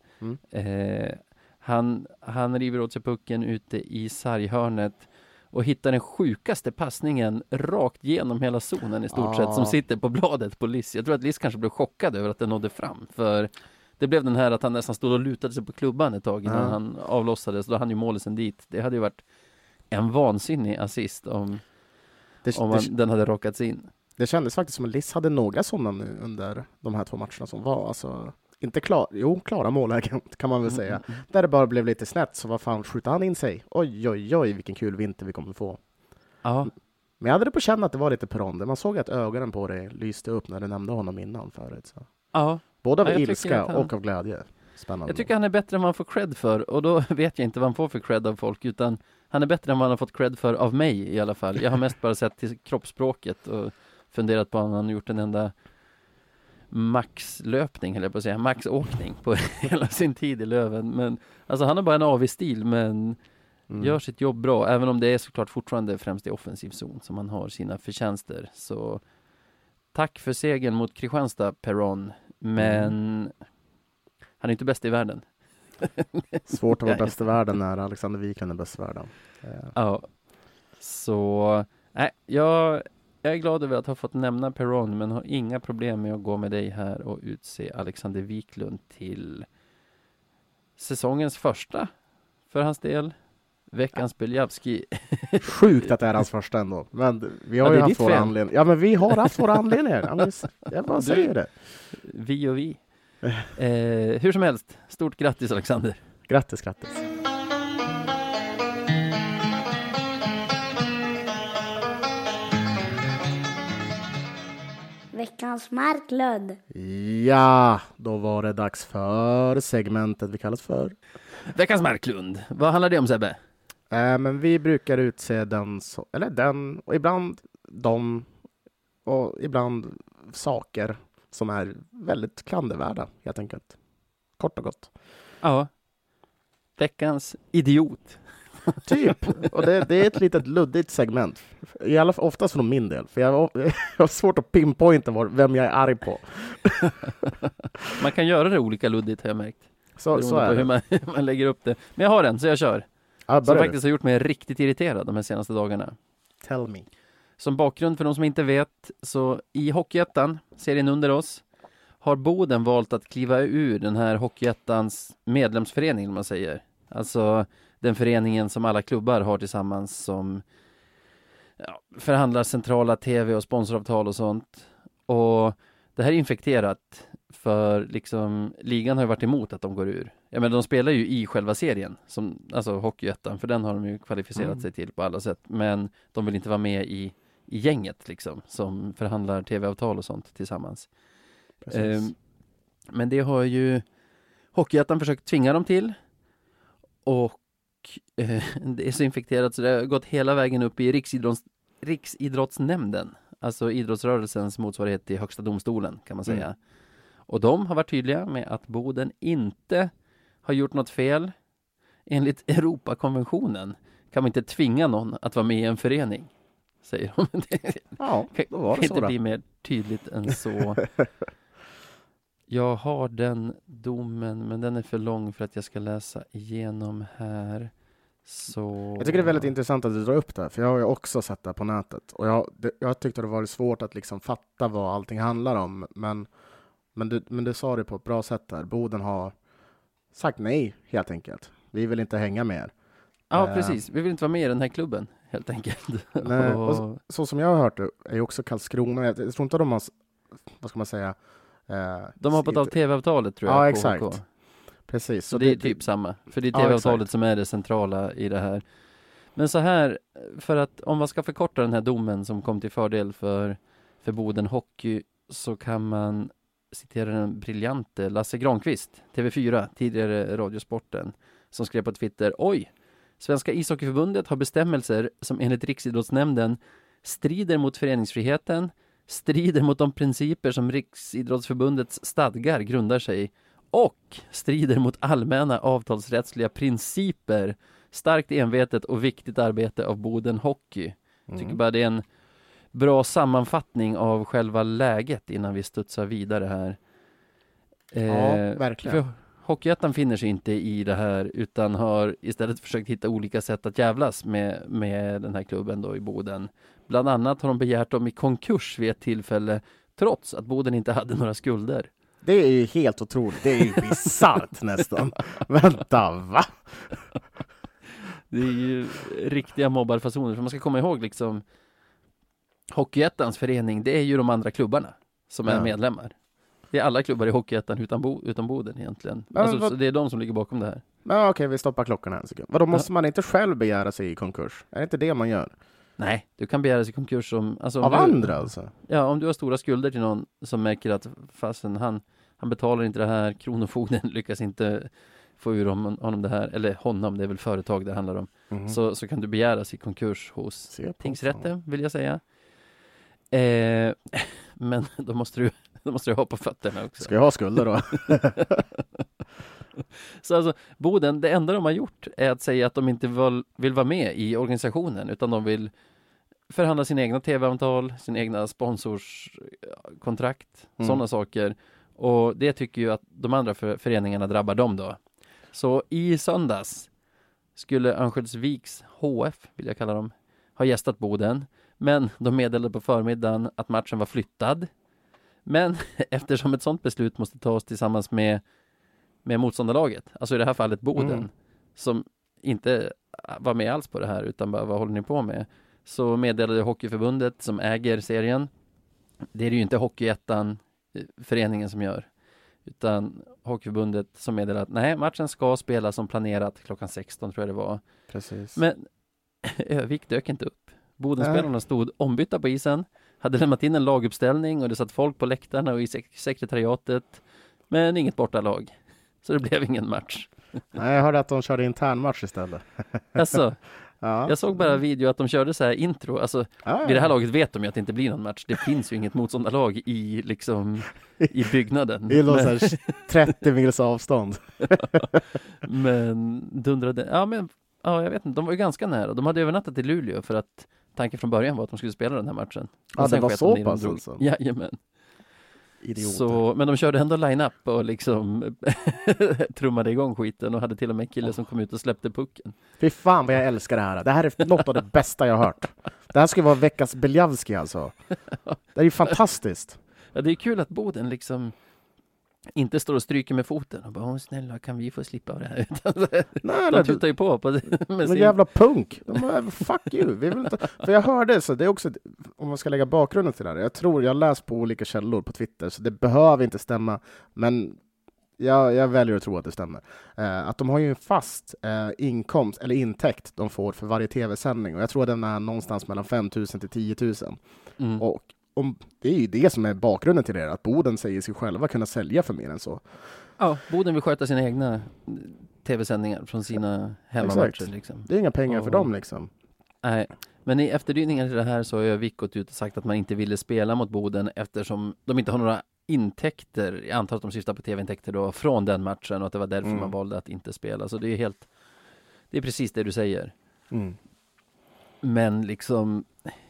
Han river åt sig pucken ute i sarghörnet och hittar den sjukaste passningen rakt genom hela zonen i stort sett som sitter på bladet på Liss. Jag tror att Liss kanske blev chockad över att den nådde fram. För det blev den här att han nästan stod och lutade sig på klubban ett tag innan han avlossades. Då hann ju målisen dit. Det hade ju varit en vansinnig assist om den hade rockats in. Det kändes faktiskt som att Liss hade några sådana nu under de här 2 matcherna som var alltså... Inte klara mållägen kan man väl säga. Där det bara blev lite snett, så vad fan skjuter han in sig? Oj, vilken kul vinter vi kommer att få. Ja. Men jag hade det på känna att det var lite Perron. Man såg att ögonen på det lyste upp när du nämnde honom innan förut. Så. Ja. Både av ilska och av glädje. Spännande. Jag tycker han är bättre än vad han får cred för. Och då vet jag inte vad han får för cred av folk. Utan han är bättre än vad han har fått cred för av mig i alla fall. Jag har mest bara sett till kroppsspråket och funderat på om han har gjort en enda maxlöpning, eller på att säga maxåkning på hela sin tid i Löven. Men alltså han har bara en AV-stil, men gör sitt jobb bra, även om det är såklart fortfarande främst i offensiv zon som han har sina förtjänster. Så tack för segern mot Kristianstad, Perron, men han är inte bäst i världen. Svårt att vara bäst i världen när Alexander Wiklund är bäst i världen. Ja, så jag är glad över att ha fått nämna Perron, men har inga problem med att gå med dig här och utse Alexander Wiklund till säsongens första för hans del. Veckans Beljavski. Sjukt att det är hans första ändå. Men vi har ju haft våra anledningar. Ja, men vi har haft våra anledningar. Jag bara säger det. Vi och vi. Hur som helst, stort grattis Alexander. Grattis. Veckans Marklund. Ja, då var det dags för segmentet vi kallas för Veckans Marklund. Vad handlar det om, Sebbe? Men vi brukar utse den, och ibland de, och ibland saker som är väldigt klandervärda, helt enkelt. Kort och gott. Ja. Veckans idiot. Typ. Och det är ett litet luddigt segment. I alla fall oftast från min del. För jag har svårt att pinpointa vem jag är arg på. Man kan göra det olika luddigt, har jag märkt. Så Beroende är på det. hur man lägger upp det. Men jag har en, så jag kör. Ja, Som faktiskt har gjort mig riktigt irriterad de här senaste dagarna. Tell me. Som bakgrund för de som inte vet, så i Hockeyettan, serien under oss, har Boden valt att kliva ur den här Hockeyettans medlemsförening, om man säger. Alltså den föreningen som alla klubbar har tillsammans, som förhandlar centrala tv- och sponsoravtal och sånt. Och det här är infekterat, för liksom ligan har ju varit emot att de går ur. Ja, men de spelar ju i själva serien, alltså Hockeyettan, för den har de ju kvalificerat sig till på alla sätt. Men de vill inte vara med i gänget liksom, som förhandlar tv-avtal och sånt tillsammans. Men det har ju Hockeyettan försökt tvinga dem till. Och det är så infekterat så det har gått hela vägen upp i Riksidrottsnämnden. Alltså idrottsrörelsens motsvarighet till högsta domstolen, kan man säga. Och de har varit tydliga med att Boden inte har gjort något fel. Enligt Europakonventionen kan man inte tvinga någon att vara med i en förening, säger de. Ja, då var det kan så inte då. bli mer tydligt än så. Jag har den domen, men den är för lång för att jag ska läsa igenom här. Så... Jag tycker det är väldigt intressant att du drar upp det, för jag har ju också sett det på nätet. Och jag tyckte det var svårt att liksom fatta vad allting handlar om. Men du sa det på ett bra sätt där. Boden har sagt nej, helt enkelt. Vi vill inte hänga med er. Ja, precis. Vi vill inte vara med i den här klubben, helt enkelt. Nej, och så som jag har hört det är ju också Karlskrona. Jag tror inte de har, vad ska man säga? De har hoppat av tv-avtalet, tror jag. Ja, KHK. exakt. Precis. Så det är typ samma. För det är tv-avtalet som är det centrala i det här. Men så här, för att om man ska förkorta den här domen som kom till fördel för Boden Hockey, så kan man citera den briljante Lasse Granqvist, TV4, tidigare Radiosporten, som skrev på Twitter: oj, Svenska ishockeyförbundet har bestämmelser som enligt Riksidrottsnämnden strider mot föreningsfriheten, strider mot de principer som Riksidrottsförbundets stadgar grundar sig och strider mot allmänna avtalsrättsliga principer. Starkt envetet och viktigt arbete av Boden Hockey. Jag tycker bara det är en bra sammanfattning av själva läget innan vi studsar vidare här. Ja, verkligen. För Hockeyettan finner sig inte i det här, utan har istället försökt hitta olika sätt att jävlas med den här klubben då i Boden. Bland annat har de begärt dem i konkurs vid ett tillfälle, trots att Boden inte hade några skulder. Det är ju helt otroligt. Det är ju bisarrt nästan. Vänta, va? Det är ju riktiga mobbarfasoner. För man ska komma ihåg liksom, Hockeyettans förening, det är ju de andra klubbarna som är medlemmar. Det är alla klubbar i Hockeyettan utan Boden egentligen. Alltså, så det är de som ligger bakom det här. Men okej, vi stoppar klockan här en sekund. Vadå, måste man inte själv begära sig i konkurs? Är det inte det man gör? Nej, du kan begära sig i konkurs om andra alltså? Ja, om du har stora skulder till någon som märker att fastän han betalar inte det här, kronofogden lyckas inte få ur honom det här, eller honom, det är väl företag det handlar om. Så kan du begära sig i konkurs hos tingsrätten, vill jag säga. Men då måste du ha på fötterna också. Ska jag ha skulder då? Så alltså, Boden, det enda de har gjort är att säga att de inte vill vara med i organisationen, utan de vill förhandla sina egna tv-avtal, sina egna sponsorskontrakt, sådana saker. Och det tycker ju att de andra föreningarna drabbar dem då. Så i söndags skulle Örnsköldsviks HF, vill jag kalla dem, ha gästat Boden. Men de meddelade på förmiddagen att matchen var flyttad. Men eftersom ett sådant beslut måste tas tillsammans med motståndarlaget, alltså i det här fallet Boden, som inte var med alls på det här utan bara, vad håller ni på med? Så meddelade Hockeyförbundet, som äger serien, det är ju inte Hockeyettan föreningen som gör, utan Hockeyförbundet som meddelade att nej, matchen ska spelas som planerat klockan 16, tror jag det var. Precis. Men Övik dök inte upp. Bodenspelarna stod ombytta på isen, hade lämnat in en laguppställning och det satt folk på läktarna och i sekretariatet, men inget bortalag. Så det blev ingen match. Nej, jag hörde att de körde internmatch istället. Alltså, Ja. jag såg bara video att de körde så här intro. Alltså, vid det här laget vet de ju att det inte blir någon match. Det finns ju inget motståndarlag i byggnaden. I någon så här 30 mils avstånd. Men dundrade, jag vet inte, de var ju ganska nära. De hade övernattat i Luleå för att tanken från början var att de skulle spela den här matchen. Ja, det var sket så de pass drog. alltså. Jajamän. Idioter. Så, men de körde ändå line-up och liksom trummade igång skiten och hade till och med en kille som kom ut och släppte pucken. Fy fan vad jag älskar det här. Det här är något av det bästa jag har hört. Det här ska vara veckans Beljavski alltså. Det är ju fantastiskt. Ja, det är kul att Boden liksom inte står och stryker med foten och bara, snälla, kan vi få slippa av det här? De tutar ju på med sin... jävla punk. Fuck you. Vi vill inte... För jag hörde så, det är också, om man ska lägga bakgrunden till det här. Jag har läst på olika källor på Twitter, så det behöver inte stämma. Men jag väljer att tro att det stämmer. Att de har ju en fast inkomst, eller intäkt de får för varje tv-sändning. Och jag tror att den är någonstans mellan 5 000 till 10 000. Mm. Och det är ju det som är bakgrunden till det, att Boden säger sig själva kunna sälja för mer än så. Ja, Boden vill sköta sina egna tv-sändningar från sina hemmamatcher. Liksom. Det är inga pengar för dem liksom. Nej, men i efterdyningar till det här så har Övik gått ut och sagt att man inte ville spela mot Boden eftersom de inte har några intäkter. Jag antar att de syftar på tv-intäkter då från den matchen och att det var därför man valde att inte spela. Så det är precis det du säger. Mm. Men liksom,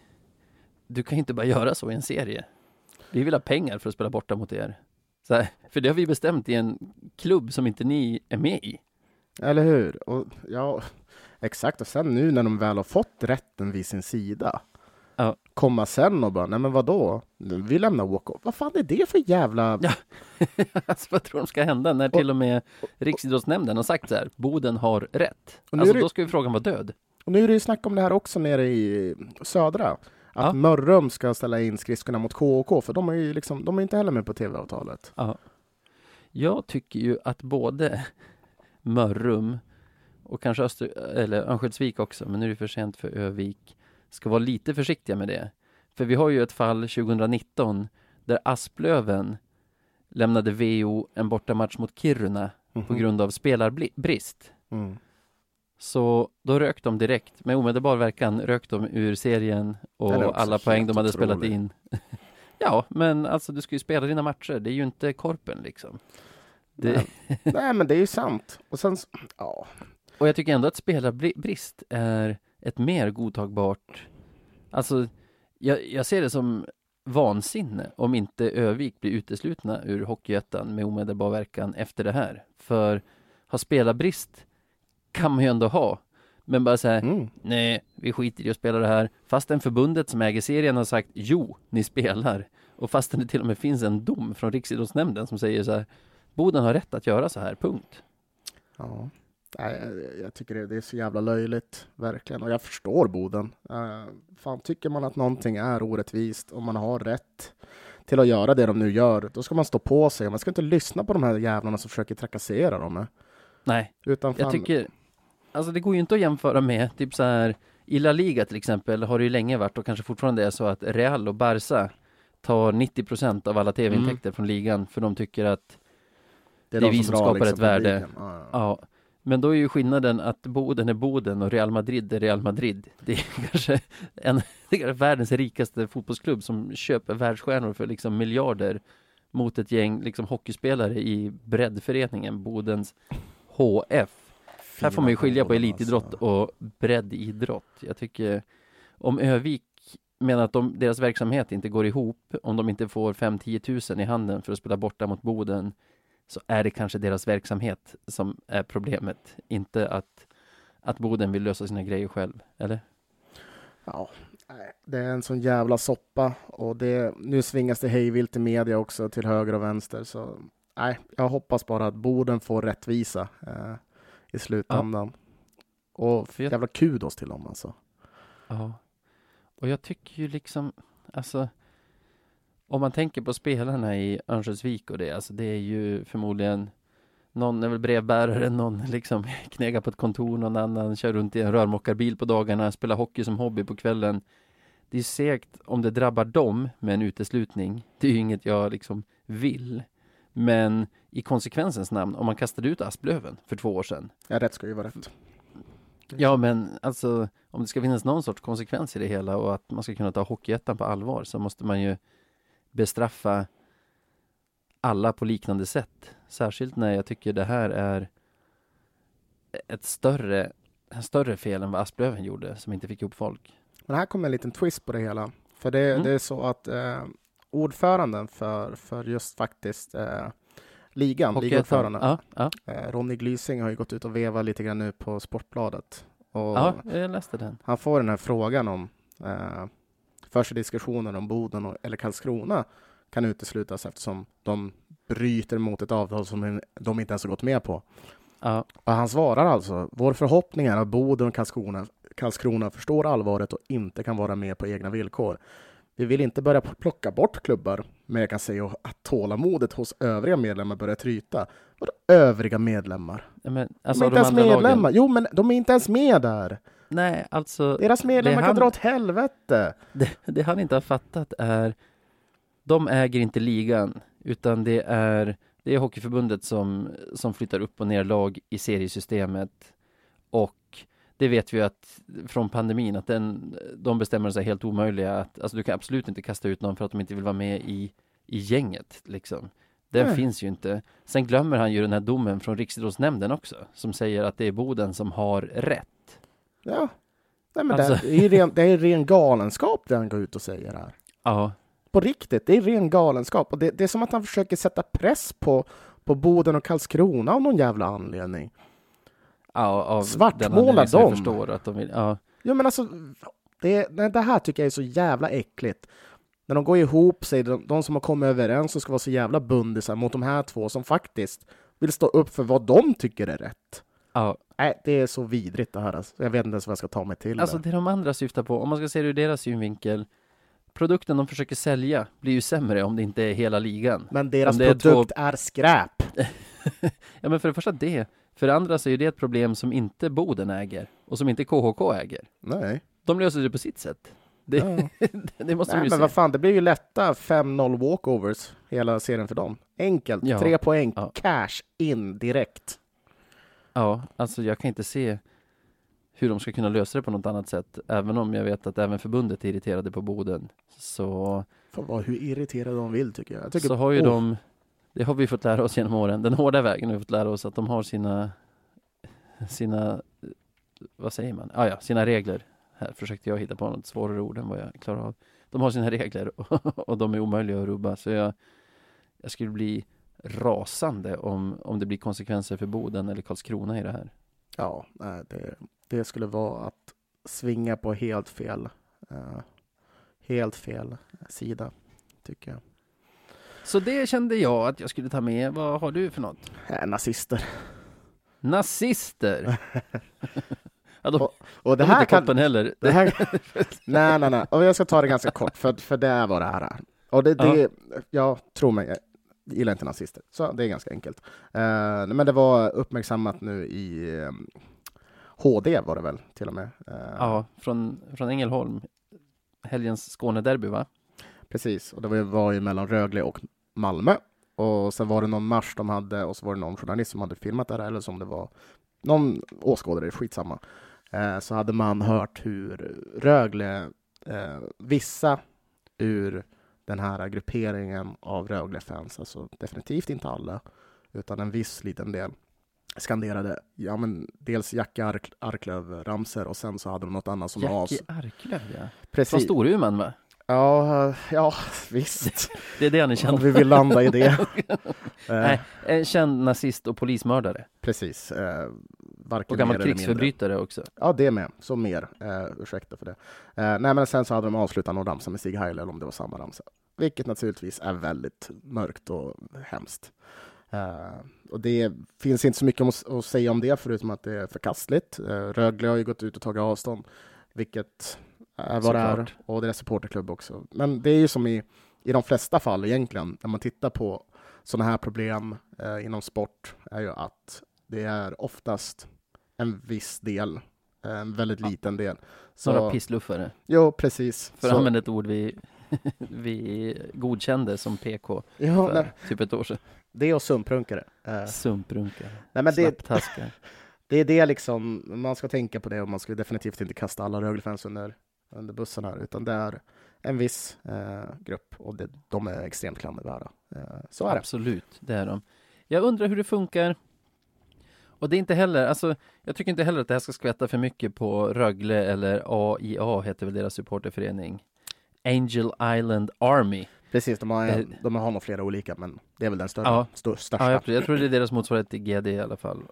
du kan ju inte bara göra så i en serie. Vi vill ha pengar för att spela borta mot er. Så här, för det har vi bestämt i en klubb som inte ni är med i. Eller hur? Och, ja, exakt. Och sen nu när de väl har fått rätten vid sin sida, komma sen och bara, nej men vadå? Vi lämnar walk-off. Vad fan är det för jävla... Ja. Alltså, vad tror de ska hända när till och med Riksidrottsnämnden har sagt så här, Boden har rätt. Alltså då ska ju frågan vara död. Och nu är det ju snack om det här också nere i södra. Att Mörrum ska ställa in skridskorna mot KK, för de är ju liksom, de är inte heller med på tv-avtalet. Ja. Jag tycker ju att både Mörrum och kanske Örnsköldsvik också, men nu är det för sent för Övik, ska vara lite försiktiga med det. För vi har ju ett fall 2019 där Asplöven lämnade VO en bortamatch mot Kiruna på grund av spelarbrist. Mm. Så då rök de direkt. Med omedelbar verkan rök de ur serien och alla poäng de hade spelat in. Ja, men alltså du ska ju spela dina matcher. Det är ju inte korpen liksom. Nej, men det är ju sant. Och sen, ja. Och jag tycker ändå att spelarbrist är ett mer godtagbart... Alltså, jag ser det som vansinne om inte Övik blir uteslutna ur Hockeyettan med omedelbar verkan efter det här. För ha spelarbrist kan man ju ändå ha. Men bara säga, nej, vi skiter i att spela det här. Fastän förbundet som äger serien har sagt, jo, ni spelar. Och fastän det till och med finns en dom från Riksidrottsnämnden som säger så här, Boden har rätt att göra så här, punkt. Ja, jag tycker det är så jävla löjligt, verkligen. Och jag förstår Boden. Fan, tycker man att någonting är orättvist och man har rätt till att göra det de nu gör, då ska man stå på sig. Man ska inte lyssna på de här jävlarna som försöker trakassera dem. Nej, utan fan... jag tycker... Alltså det går ju inte att jämföra med typ så här i La Liga till exempel har det ju länge varit och kanske fortfarande är så att Real och Barca tar 90% av alla tv-intäkter från ligan för de tycker att det är vi som skapar liksom ett värde. Ja. Men då är ju skillnaden att Boden är Boden och Real Madrid är Real Madrid. Det är kanske världens rikaste fotbollsklubb som köper världsstjärnor för liksom miljarder mot ett gäng liksom hockeyspelare i breddföreningen Bodens HF. Här får man ju skilja på elitidrott och breddidrott. Jag tycker om Övik menar att deras verksamhet inte går ihop, om de inte får 5-10 000 i handen för att spela borta mot Boden, så är det kanske deras verksamhet som är problemet. Inte att Boden vill lösa sina grejer själv, eller? Ja, det är en sån jävla soppa. Och nu svingas det hejvilt i media också till höger och vänster. Så nej, jag hoppas bara att Boden får rättvisa i slutändan. Ja. Och jävla kudos till dem alltså. Ja. Och jag tycker ju liksom, alltså om man tänker på spelarna i Örnsköldsvik och det, alltså det är ju förmodligen någon är väl brevbärare, någon liksom knegar på ett kontor, någon annan kör runt i en rörmokarbil på dagarna, spelar hockey som hobby på kvällen. Det är segt om det drabbar dem med en uteslutning. Det är ju inget jag liksom vill. Men i konsekvensens namn, om man kastade ut Asplöven för 2 år sedan. Ja, rätt ska ju vara rätt. Ja, men alltså om det ska finnas någon sorts konsekvens i det hela och att man ska kunna ta Hockeyettan på allvar, så måste man ju bestraffa alla på liknande sätt. Särskilt när jag tycker det här är en större fel än vad Asplöven gjorde, som inte fick upp folk. Men här kommer en liten twist på det hela. För det är så att ordföranden för just faktiskt ligaordföranden, Ronny Glysing har ju gått ut och vevat lite grann nu på Sportbladet. Och ja, jag läste den. Han får den här frågan om första diskussionen om Boden eller Karlskrona kan uteslutas eftersom de bryter mot ett avtal som de inte ens har gått med på. Ja. Och han svarar alltså: vår förhoppning är att Boden och Karlskrona förstår allvaret och inte kan vara med på egna villkor. Vi vill inte börja plocka bort klubbar, men jag kan säga att tålamodet hos övriga medlemmar börjar tryta. Vadå övriga medlemmar? Ja, men, De alltså, är inte ens medlemmar. lagen. Jo, men de är inte ens med där. Nej, alltså Deras medlemmar kan dra åt helvete. det han inte har fattat är, de äger inte ligan, utan det är Hockeyförbundet som flyttar upp och ner lag i seriesystemet. Och det vet vi ju att från pandemin att de bestämmer sig helt omöjliga att, alltså du kan absolut inte kasta ut någon för att de inte vill vara med i gänget liksom. Den finns ju inte. Sen glömmer han ju den här domen från Riksidrottsnämnden också, som säger att det är Boden som har rätt. Ja. Nej, men Alltså. det är ren galenskap det han går ut och säger här. Ja. På riktigt, det är ren galenskap. Och det är som att han försöker sätta press på Boden och Karlskrona av någon jävla anledning. Ja, av Svartmåla dem. dem. Förstår att de vill, ja. Jo, men alltså, det här tycker jag är så jävla äckligt. När de går ihop sig, de som har kommit överens och ska vara så jävla bundisar mot de här två som faktiskt vill stå upp för vad de tycker är rätt. Ja. Nej, det är så vidrigt det här. Alltså. Jag vet inte ens vad jag ska ta mig till. Alltså det de andra syftar på, om man ska se det ur deras synvinkel, produkten de försöker sälja blir ju sämre om det inte är hela ligan. Men deras det är produkt är skräp. Ja, men för det första det. För det andra så är det ett problem som inte Boden äger och som inte KHK äger. Nej. De löser det på sitt sätt. Det måste de ju men se. vad fan, det blir ju lätta 5-0 walkovers hela serien för dem. Enkelt, 3 poäng, cash in direkt. Ja, alltså jag kan inte se hur de ska kunna lösa det på något annat sätt. Även om jag vet att även förbundet är irriterade på Boden. Så Får vara hur irriterade de vill tycker jag. Så har ju de, det har vi fått lära oss genom åren. Den hårda vägen har vi fått lära oss att de har sina vad säger man? Sina regler. Här försökte jag hitta på något svårare ord än vad jag klarar av. De har sina regler och de är omöjliga att rubba. Så jag skulle bli rasande om det blir konsekvenser för Boden eller Karlskrona i det här. Ja, det skulle vara att svinga på helt fel sida, tycker jag. Så det kände jag att jag skulle ta med. Vad har du för något? Nazister. Nazister? Och det här kan heller. Det här, nej. Och jag ska ta det ganska kort, för det är vad det här är. Och jag tror mig, jag gillar inte nazister. Så det är ganska enkelt. Men det var uppmärksammat nu i HD var det väl till och med. Ja, från Ängelholm. Helgens Skånederby, va? Precis, och det var ju mellan Rögle och Malmö. Och sen var det någon marsch de hade, och så var det någon journalist som hade filmat det här, eller som det var någon åskådare, skitsamma. Så hade man hört hur Rögle, vissa ur den här grupperingen av Rögle-fans, alltså definitivt inte alla, utan en viss liten del, skanderade, dels Jackie Arklöv-ramser, och sen så hade de något annat som Jackie Arklöv, ja. Precis. Från Storuman, va? Ja, visst. Det är det han är känd. Om vi vill landa i det. Nej, en känd nazist och polismördare. Precis. Och gammal krigsförbrytare också. Ja, det med. Så mer. Ursäkta för det. Nej, men sen så hade de avslutat någon ramsa med Stig Heil, eller om det var samma ramsa. Vilket naturligtvis är väldigt mörkt och hemskt. Och det finns inte så mycket att säga om det, förutom att det är förkastligt. Rögle har ju gått ut och tagit avstånd, vilket är vad det är. Och det är supporterklubb också. Men det är ju som i de flesta fall egentligen, när man tittar på sådana här problem inom sport, är ju att det är oftast en viss del, en väldigt liten del. Några pissluffare. Jo, precis. För att använda ett ord vi godkände som PK för typ ett år sedan. Det och sumprunkare. Sumprunkare. Nej, men Slapptaskar. det är det liksom, man ska tänka på det, och man ska definitivt inte kasta alla Rögle-fans under bussen här, utan det är en viss grupp, och de är extremt klandervärda. Så är det. Absolut, det är de. Jag undrar hur det funkar. Och det är inte heller, alltså, jag tycker inte heller att det här ska skvätta för mycket på Rögle, eller AIA heter väl deras supporterförening. Angel Island Army. Precis, de har nog flera olika, men det är väl den största. Ja, jag tror det är deras motsvarighet till GD i alla fall.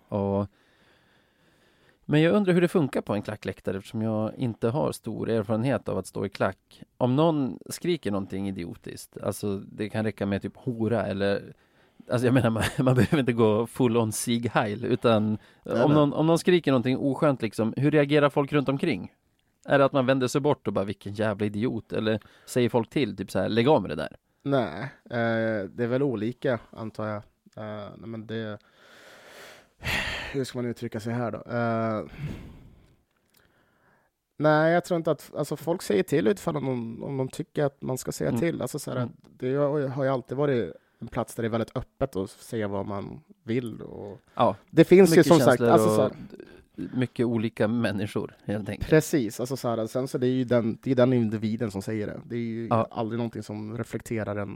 Men jag undrar hur det funkar på en klackläktare, eftersom jag inte har stor erfarenhet av att stå i klack. Om någon skriker någonting idiotiskt, alltså det kan räcka med typ hora eller... Alltså jag menar, man behöver inte gå full on Sieg Heil, utan om någon skriker någonting oskönt liksom, hur reagerar folk runt omkring? Är det att man vänder sig bort och bara, vilken jävla idiot? Eller säger folk till, typ så här, lägg av med det där? Nej, det är väl olika, antar jag. Men det... Hur ska man uttrycka sig här då? Nej, jag tror inte att... Alltså folk säger till utifrån om de tycker att man ska säga till. Alltså så här, det har ju alltid varit en plats där det är väldigt öppet och säga vad man vill. Och ja, det finns ju som sagt... Alltså, så här, mycket olika människor, helt enkelt. Precis, alltså så här, sen så det är ju den individen som säger det. Det är ju aldrig någonting som reflekterar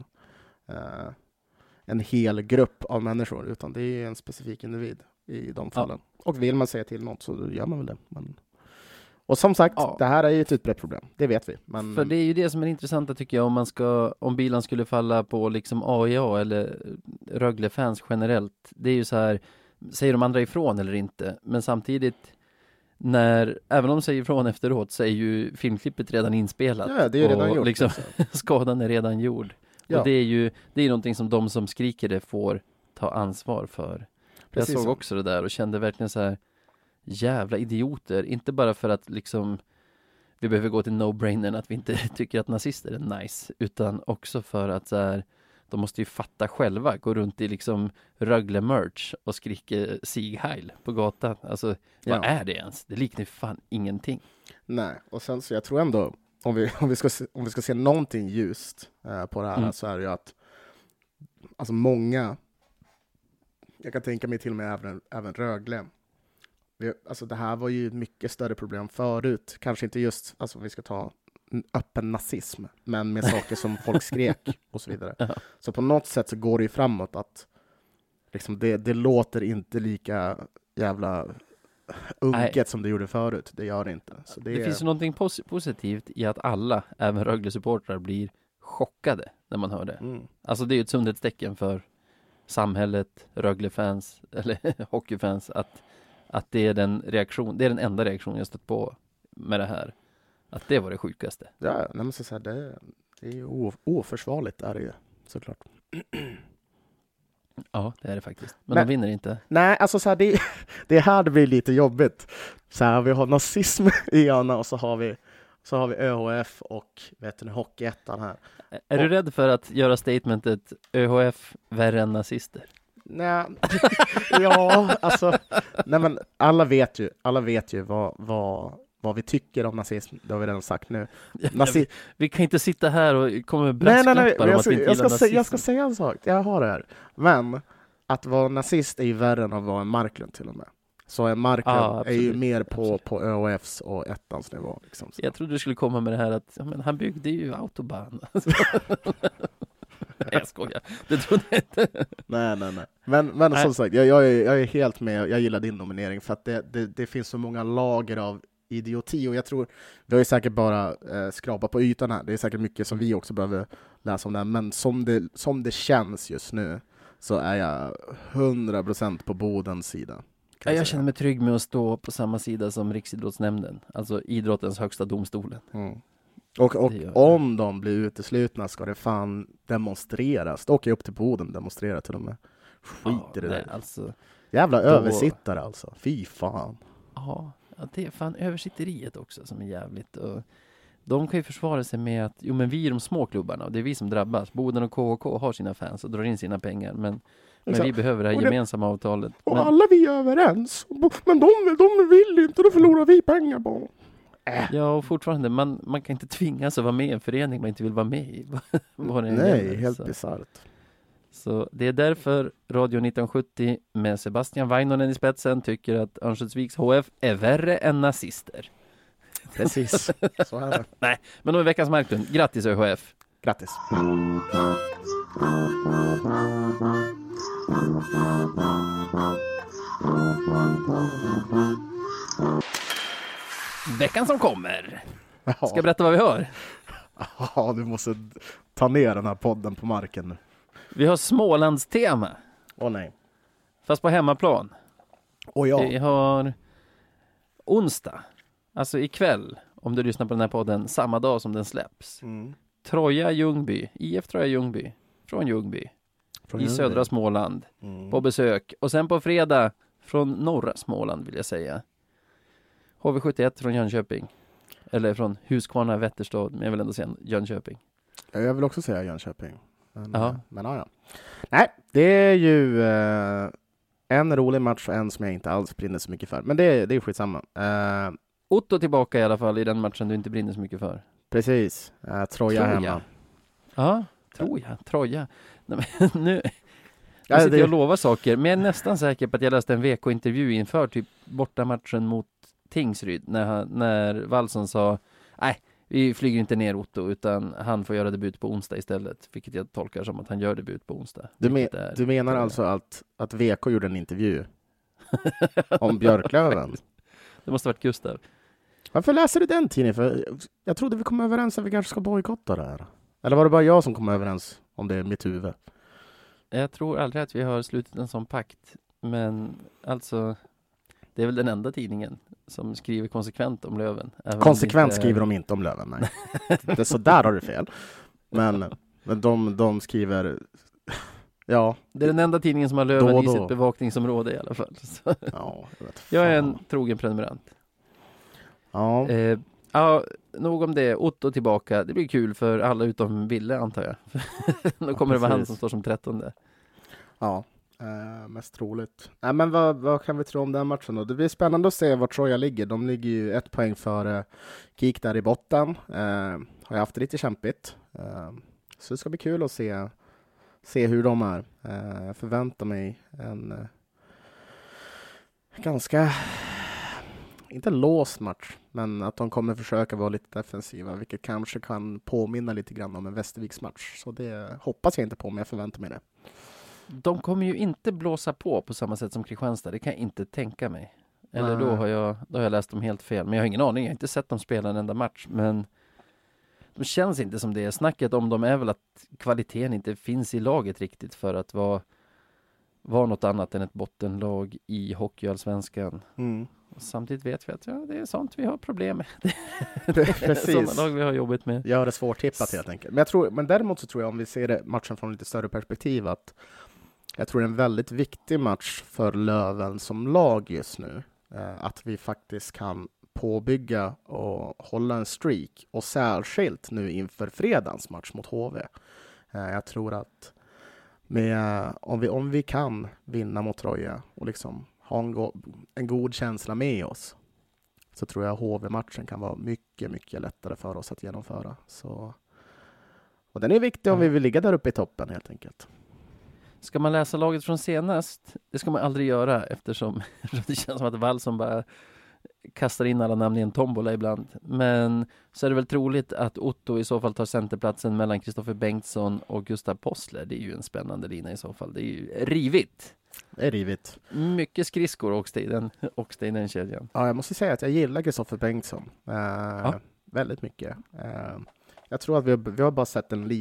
en hel grupp av människor, utan det är en specifik individ i de fallen. Och vill man säga till något så gör man väl det. Och som sagt, det här är ju ett utbrett problem. Det vet vi. Men... För det är ju det som är intressant, tycker jag, om bilen skulle falla på liksom AIA eller Rögle-fans generellt. Det är ju så här, säger de andra ifrån eller inte? Men samtidigt, även om de säger ifrån efteråt, så är ju filmklippet redan inspelat. Ja, det är ju redan gjort. Liksom, skadan är redan gjord. Ja. Och det är någonting som de som skriker det får ta ansvar för. Precis. Jag såg också det där och kände verkligen så här, jävla idioter. Inte bara för att liksom vi behöver gå till no-brainern att vi inte tycker att nazister är nice, utan också för att så här, de måste ju fatta själva, gå runt i liksom Rögle-merch och skrika Sieg Heil på gatan. Alltså, vad är det ens? Det liknar fan ingenting. Nej, och sen så jag tror ändå, om vi ska se någonting ljust på det här, så är det ju att alltså många, jag kan tänka mig till och med även Rögle. Alltså det här var ju ett mycket större problem förut. Kanske inte just, alltså vi ska ta öppen nazism, men med saker som folk skrek och så vidare. Ja. Så på något sätt så går det ju framåt att liksom det låter inte lika jävla unket som det gjorde förut. Det gör det inte. Så det finns ju någonting positivt i att alla, även Rögle-supportrar, blir chockade när man hör det. Alltså det är ju ett sundhetstecken för samhället, Rögle-fans eller hockeyfans, att det är det är den enda reaktion jag stött på med det här. Att det var det sjukaste. Ja, nej, men så här, det är ju oförsvarligt, är det ju, såklart. Ja, det är det faktiskt. Men de vinner inte. Nej, alltså så här, det här det blir lite jobbigt. Så här, vi har nazism i ena och så har vi ÖHF och Hockeyettan här. Är du rädd för att göra statementet ÖHF värre än nazister? Nej, ja, alltså, nej men alla vet ju vad vi tycker om nazism. Det har vi redan sagt nu. Vi kan inte sitta här och komma med brasklappar om att vi inte gillar nazism. Jag ska säga en sak, jag har det här. Men att vara nazist är ju värre än att vara en Marklund till och med. Så en Marklund är ju mer på ÖHFs och ettans nivå. Liksom, jag trodde du skulle komma med det här att han byggde ju autobahn. Jag skojar. Det trodde jag inte. Nej. Men som sagt, jag är helt med. Jag gillar din nominering för att det finns så många lager av idioti, och jag tror vi har ju säkert bara skrapat på ytan här. Det är säkert mycket som vi också behöver läsa om det här, men som det känns just nu så är jag 100% på Bodens sida. Jag känner mig trygg med att stå på samma sida som Riksidrottsnämnden, alltså idrottens högsta domstolen. Och om de blir uteslutna ska det fan demonstreras. Då åker jag upp till Boden och demonstrerar till och med. Skit i det där. Alltså, jävla översittare alltså. Fy fan. Ja, det är fan översitteriet också som är jävligt. Och de kan ju försvara sig med att men vi är de små klubbarna och det är vi som drabbas. Boden och KHK har sina fans och drar in sina pengar, men vi behöver det här gemensamma avtalet. Och alla vi är överens. Men de vill inte, då förlorar vi pengar på. Ja, och fortfarande, man kan inte tvingas att vara med i en förening man inte vill vara med i. Nej, helt bisarrt. Så det är därför Radio 1970 med Sebastian Vainonen i spetsen tycker att Örnsköldsviks HF är värre än nazister. Precis, så är det. Nej, men då är veckans Marklund. Grattis ÖHF! Grattis. Veckan som kommer. Ska Ja. jag berätta vad vi har? Ja, du måste ta ner den här podden på marken nu. Vi har Smålandstema, Åh nej. fast på hemmaplan. Och ja. Vi har onsdag, alltså ikväll, om du lyssnar på den här podden, samma dag som den släpps. Mm. Troja Ljungby, IF Troja Ljungby, från Ljungby, Från i Ljungby. södra Småland, Mm. på besök. Och sen på fredag, från norra Småland vill jag säga, HV71 från Jönköping. Eller från Huskvarna, Vätterstad, men jag vill ändå säga Jönköping. Jag vill också säga Jönköping. Ja. Men ja. Nej, det är ju en rolig match och en som jag inte alls brinner så mycket för. Men det är skitsamma. Otto tillbaka i alla fall i den matchen du inte brinner så mycket för. Precis. Troja hemma. Ja, Troja. Nej, men nu Ja, sitter det- jag och lovar saker, men jag är nästan säker på att jag läste en VK-intervju inför typ bortamatchen mot Tingsryd när Wallson sa nej, vi flyger inte ner Otto utan han får göra debut på onsdag istället, vilket jag tolkar som att han gör debut på onsdag. Du menar alltså att VK gjorde en intervju om Björklöven? Det måste ha varit Gustav. Varför läser du den tidningen? För jag trodde vi kom överens att vi kanske ska bojkotta det här. Eller var det bara jag som kom överens om det i mitt huvud? Jag tror aldrig att vi har slutit en sån pakt, men alltså det är väl den enda tidningen som skriver konsekvent om Löven. Även om Konsekvent det inte är- skriver de inte om Löven, nej. Det är så där har du fel. Men de skriver... Ja, Det är den enda tidningen som har Då Löven och i då. sitt bevakningsområde i alla fall. Så ja, jag vet jag är fan. en trogen prenumerant. Ja, Ja, nog om det. Otto tillbaka. Det blir kul för alla utom Ville, antar jag. Då kommer det vara han precis. som står som 13:e. ja. Mest troligt. Nej, men vad kan vi tro om den matchen då? Det blir spännande att se var Troja ligger. De ligger ju 1 poäng före Kik där i botten. Har jag haft det lite kämpigt. Så det ska bli kul att se hur de är. Jag förväntar mig en ganska, inte låst match, men att de kommer försöka vara lite defensiva, vilket kanske kan påminna lite grann om en Västerviks match. Så det hoppas jag inte på, men jag förväntar mig det. De kommer ju inte blåsa på samma sätt som Kristianstad. Det kan jag inte tänka mig. Eller Nej. då har jag läst dem helt fel. Men jag har ingen aning. Jag har inte sett dem spela en enda match. Men de känns inte som det. Snacket om dem är väl att kvaliteten inte finns i laget riktigt för att vara något annat än ett bottenlag i hockeyallsvenskan. Samtidigt vet vi att det är sånt vi har problem med. Precis. Sådana lag vi har jobbat med. Gör det svårtippat helt enkelt. Men däremot så tror jag, om vi ser matchen från lite större perspektiv, att jag tror det är en väldigt viktig match för Löven som lag just nu. Att vi faktiskt kan påbygga och hålla en streak. Och särskilt nu inför fredagens match mot HV. Jag tror att om vi kan vinna mot Troja och liksom ha en god känsla med oss, så tror jag HV-matchen kan vara mycket, mycket lättare för oss att genomföra. Och den är viktig om vi vill ligga där uppe i toppen helt enkelt. Ska man läsa laget från senast? Det ska man aldrig göra eftersom det känns som att Wallson bara kastar in alla namn i en tombola ibland. Men så är det väl troligt att Otto i så fall tar centerplatsen mellan Kristoffer Bengtsson och Gustav Possler. Det är ju en spännande lina i så fall. Det är ju rivigt. Det är rivigt. Mycket skridskor åkte i den kedjan. Ja, jag måste säga att jag gillar Kristoffer Bengtsson. Väldigt mycket. Jag tror att vi har bara sett en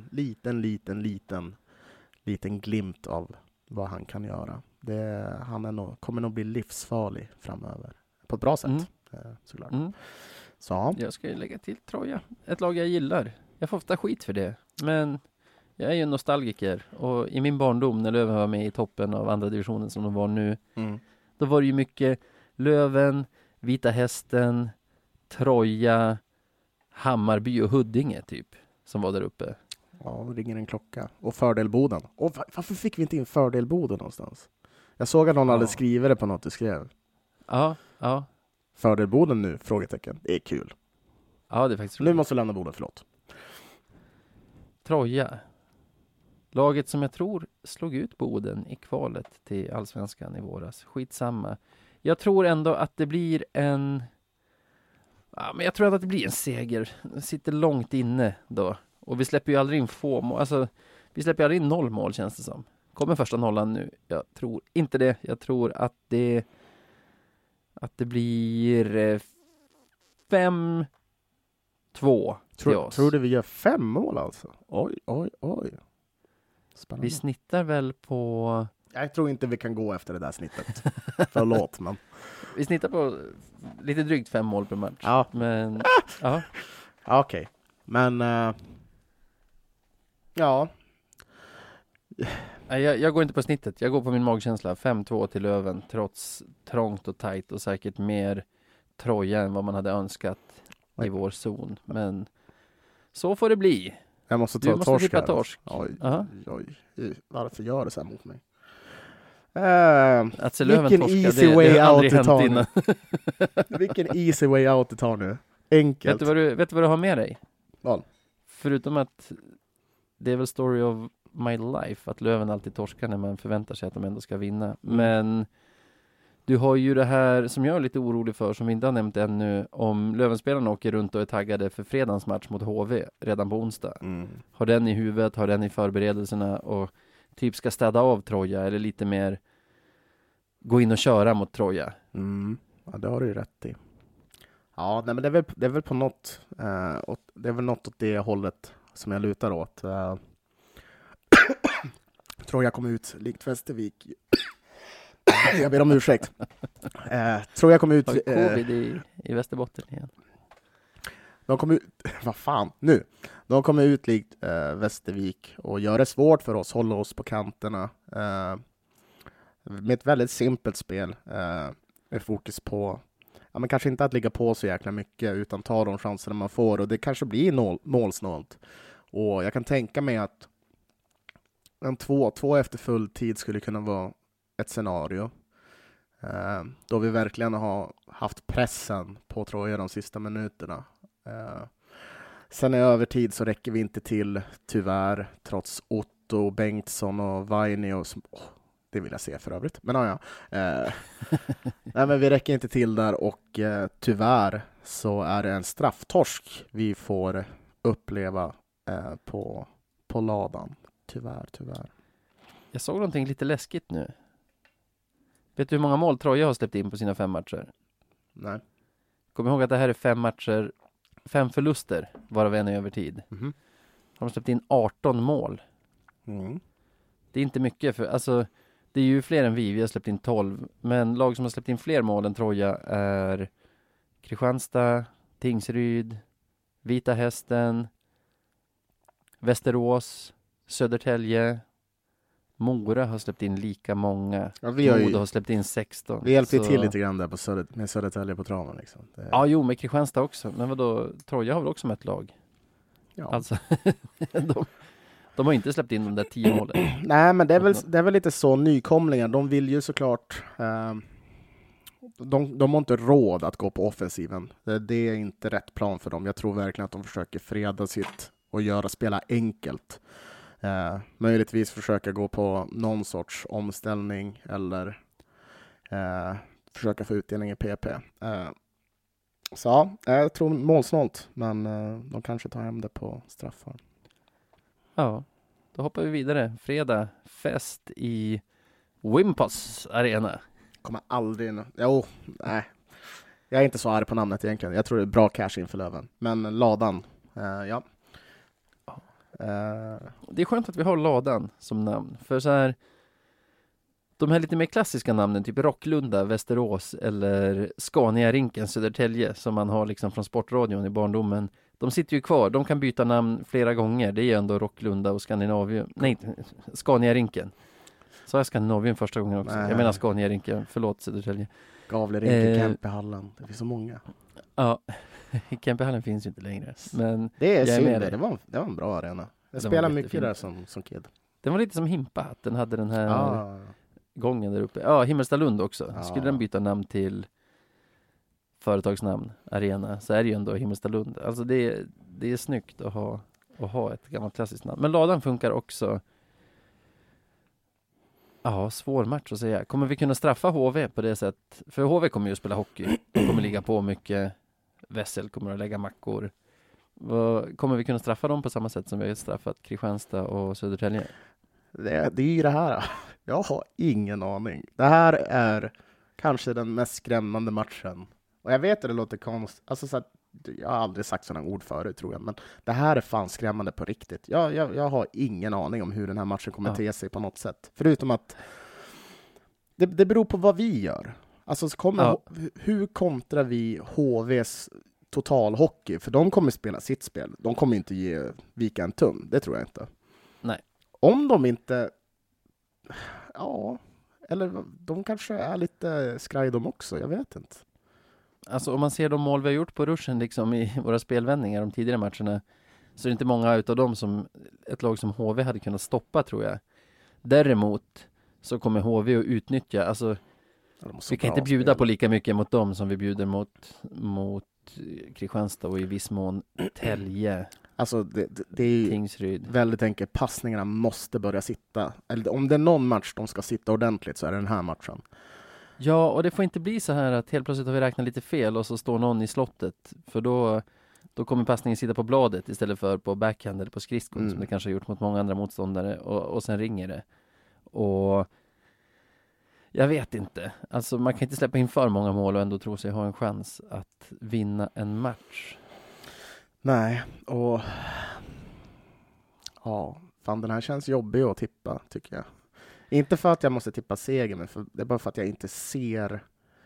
liten glimt av vad han kan göra. Han kommer nog bli livsfarlig framöver. På ett bra sätt, såklart. Så ja. Jag ska ju lägga till Troja. Ett lag jag gillar. Jag får ofta skit för det. Men jag är ju en nostalgiker. Och i min barndom, när Löven var med i toppen av andra divisionen som de var nu, då var det ju mycket Löven, Vita Hästen, Troja, Hammarby och Huddinge typ, som var där uppe. Ja, ringer en klocka. Och Fördel Boden. Och varför fick vi inte in Fördel Boden någonstans? Jag såg att någon hade skrivit det på något du skrev. Ja. Fördel Boden nu? Frågetecken. Det är kul. Ja, det är faktiskt Nu måste vi lämna Boden, förlåt. Troja. Laget som jag tror slog ut Boden i kvalet till Allsvenskan i våras. Skitsamma. Jag tror ändå att det blir en... Ja, men jag tror att det blir en seger. Det sitter långt inne då. Och vi släpper ju aldrig in få mål. Alltså, vi släpper aldrig in 0 mål känns det som. Kommer första nollan nu? Jag tror inte det. Jag tror att det blir 5-2 till oss. Tror du vi gör 5 mål alltså? Oj. Spännande. Vi snittar väl på... Jag tror inte vi kan gå efter det där snittet. Förlåt, men... Vi snittar på lite drygt 5 mål per match. Ja. Men... Ja. Okej. Men... ja. Nej, jag går inte på snittet. Jag går på min magkänsla. 5-2 till Löven. Trots trångt och tajt och säkert mer Troja än vad man hade önskat i vår zon. Men så får det bli. Jag måste Du ta måste torsk tippa här. torsk. Oj. Varför gör det så här mot mig? Att se Löven Vilken torska, easy det way har aldrig out det hänt tar innan. Vilken easy way out det tar nu. Enkelt. Vet du vad du har med dig? Vad? Förutom att det är väl story of my life att Löven alltid torskar när man förväntar sig att de ändå ska vinna. Men du har ju det här som jag är lite orolig för, som vi inte har nämnt ännu, om Lövenspelarna åker runt och är taggade för fredagens match mot HV redan på onsdag. Har den i huvudet, har den i förberedelserna och typ ska städa av Troja eller lite mer gå in och köra mot Troja. Ja, det har du ju rätt i. Ja, nej, men det är väl på något det är väl något åt det hållet som jag lutar åt. Troja kom ut likt Västervik. Jag ber om ursäkt. Troja kom ut... Har vi covid i Västerbotten igen? De kom ut... Vad fan, nu? De kommer ut likt Västervik och gör det svårt för oss, hålla oss på kanterna. Med ett väldigt simpelt spel. Med fokus på... Ja, men kanske inte att ligga på så jäkla mycket utan ta de chanserna man får. Och det kanske blir målsnålt. Och jag kan tänka mig att en 2 efter full tid skulle kunna vara ett scenario. Då vi verkligen har haft pressen på Troja de sista minuterna. Sen i övertid så räcker vi inte till, tyvärr, trots Otto, Bengtsson och Vaini och det vill jag se för övrigt. Men ja. Nej, men vi räcker inte till där och tyvärr så är det en strafftorsk vi får uppleva på ladan. Tyvärr. Jag såg någonting lite läskigt nu. Vet du hur många mål Troja har släppt in på sina 5 matcher? Nej. Kom ihåg att det här är 5 matcher, 5 förluster, varav en är övertid. Mm-hmm. De har släppt in 18 mål. Det är inte mycket, för alltså det är ju fler än vi har släppt in 12. Men lag som har släppt in fler mål än Troja är Kristianstad, Tingsryd, Vita Hästen, Västerås, Södertälje. Mora har släppt in lika många. Ja, Modo har släppt in 16. Vi hjälpte till lite grann där med Södertälje på traven. Liksom. Ja, jo, med Kristianstad också. Men vadå, Troja har väl också med ett lag? Ja. Alltså, de har inte släppt in de där 10 målen. Nej, men det är väl lite så nykomlingar. De vill ju såklart... De har inte råd att gå på offensiven. Det är inte rätt plan för dem. Jag tror verkligen att de försöker freda sitt och spela enkelt. Möjligtvis försöka gå på någon sorts omställning eller försöka få utdelning i PP. Så ja, jag tror målsnålt, men de kanske tar hem det på straffar. Ja, då hoppar vi vidare. Fredag, fest i Wimpos Arena. Kommer aldrig... Nej. Jag är inte så arg på namnet egentligen. Jag tror det är bra cash inför Löven. Men ladan, ja. Det är skönt att vi har ladan som namn. För så här, de här lite mer klassiska namnen, typ Rocklunda, Västerås eller Scania-rinken, Södertälje, som man har liksom från sportradion i barndomen. De sitter ju kvar. De kan byta namn flera gånger. Det är ju ändå Rocklunda och Skandinavium. Nej, Scania-rinken. Så jag Skandinavium första gången också. Nej. Jag menar Scania-rinken. Förlåt, Södertälje. Gavlerinken, Kempehallen. Det finns så många. Ja, Kempehallen finns ju inte längre. Men det är jag synd. med dig. Det var en bra arena. Jag Den spelade var mycket jättefin. där som kid. Den var lite som Himpa, att den hade den här gången där uppe. Ja, Himmelstalund också. Ja. Skulle den byta namn till företagsnamn, arena, så är det ju ändå Himmelstalund. Alltså det är snyggt att ha ett gammalt klassiskt namn. Men ladan funkar också Ja, svår match att säga. Kommer vi kunna straffa HV på det sätt? För HV kommer ju att spela hockey. De kommer ligga på mycket. Wessel kommer att lägga mackor. Kommer vi kunna straffa dem på samma sätt som vi har straffat Kristianstad och Södertälje? Det är ju det här. Jag har ingen aning. Det här är kanske den mest skrämmande matchen. Och jag vet att det låter konstigt. Alltså, så att, jag har aldrig sagt sådana ord förut, tror jag. Men det här är fan skrämmande på riktigt. Jag har ingen aning om hur den här matchen kommer te sig på något sätt. Förutom att det beror på vad vi gör. Alltså, hur kontrar vi HVs totalhockey? För de kommer spela sitt spel. De kommer inte vika en tum. Det tror jag inte. Nej. Om de inte... Ja, eller de kanske är lite skraj de också. Jag vet inte. Alltså om man ser de mål vi har gjort på ruschen liksom i våra spelvändningar de tidigare matcherna, så är det inte många utav dem som ett lag som HV hade kunnat stoppa, tror jag. Däremot så kommer HV att utnyttja, alltså vi kan inte bjuda på lika mycket mot dem som vi bjuder mot Kristianstad och i viss mån Tälje. Alltså det är ju Tingsryd. Väldigt enkelt. Passningarna måste börja sitta. Eller om det är någon match de ska sitta ordentligt, så är det den här matchen. Ja, och det får inte bli så här att helt plötsligt har vi räknat lite fel och så står någon i slottet. För då kommer passningen sitta på bladet istället för på backhand eller på skridskon som det kanske har gjort mot många andra motståndare. Och sen ringer det. Och jag vet inte. Alltså man kan inte släppa in för många mål och ändå tro sig ha en chans att vinna en match. Nej, och ja, fan, den här känns jobbig att tippa, tycker jag. Inte för att jag måste tippa seger, men det är bara för att jag inte ser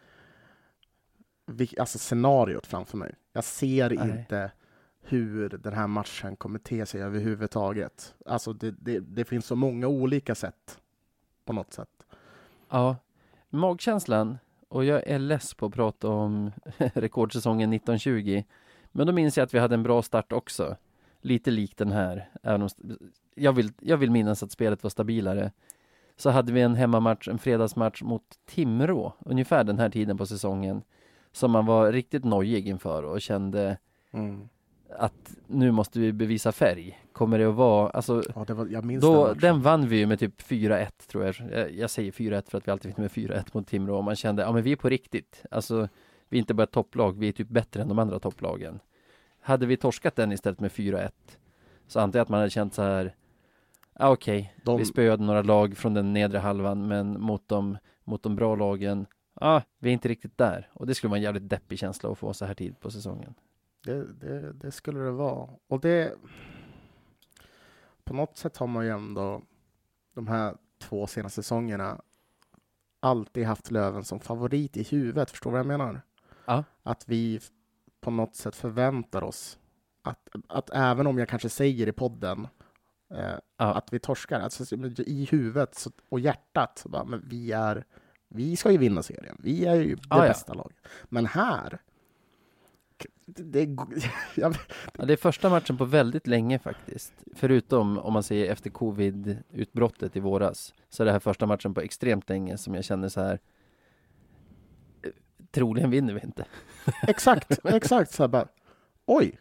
alltså scenariot framför mig. Jag ser inte hur den här matchen kommer te sig överhuvudtaget. Alltså det finns så många olika sätt på något sätt. Ja, magkänslan, och jag är less på att prata om rekordsäsongen 1920, men då minns jag att vi hade en bra start också. Lite likt den här. Även om jag vill minnas att spelet var stabilare. Så hade vi en hemmamatch, en fredagsmatch mot Timrå, ungefär den här tiden på säsongen, som man var riktigt nojig inför och kände att nu måste vi bevisa färg. Kommer det att vara, alltså, ja, jag minns den vann vi ju med typ 4-1, tror jag. Jag säger 4-1 för att vi alltid fick med 4-1 mot Timrå, och man kände, ja men vi är på riktigt. Alltså, vi är inte bara ett topplag, vi är typ bättre än de andra topplagen. Hade vi torskat den istället med 4-1, så antar jag att man hade känt så här, okej, vi spöade några lag från den nedre halvan, men mot de bra lagen, vi är inte riktigt där. Och det skulle vara en jävligt deppig känsla att få så här tid på säsongen. Det skulle det vara. Och det, på något sätt har man ju ändå de här 2 senaste säsongerna alltid haft Löven som favorit i huvudet. Förstår du vad jag menar? Ja. Att vi på något sätt förväntar oss att även om jag kanske säger i podden att vi torskar, alltså i huvudet och hjärtat så bara, men vi ska ju vinna serien. Vi är ju det bästa laget. Men här det är första matchen på väldigt länge faktiskt. Förutom om man säger efter covid-utbrottet i våras, så är det här första matchen på extremt länge som jag känner så här, troligen vinner vi inte. Exakt så här bara, oj,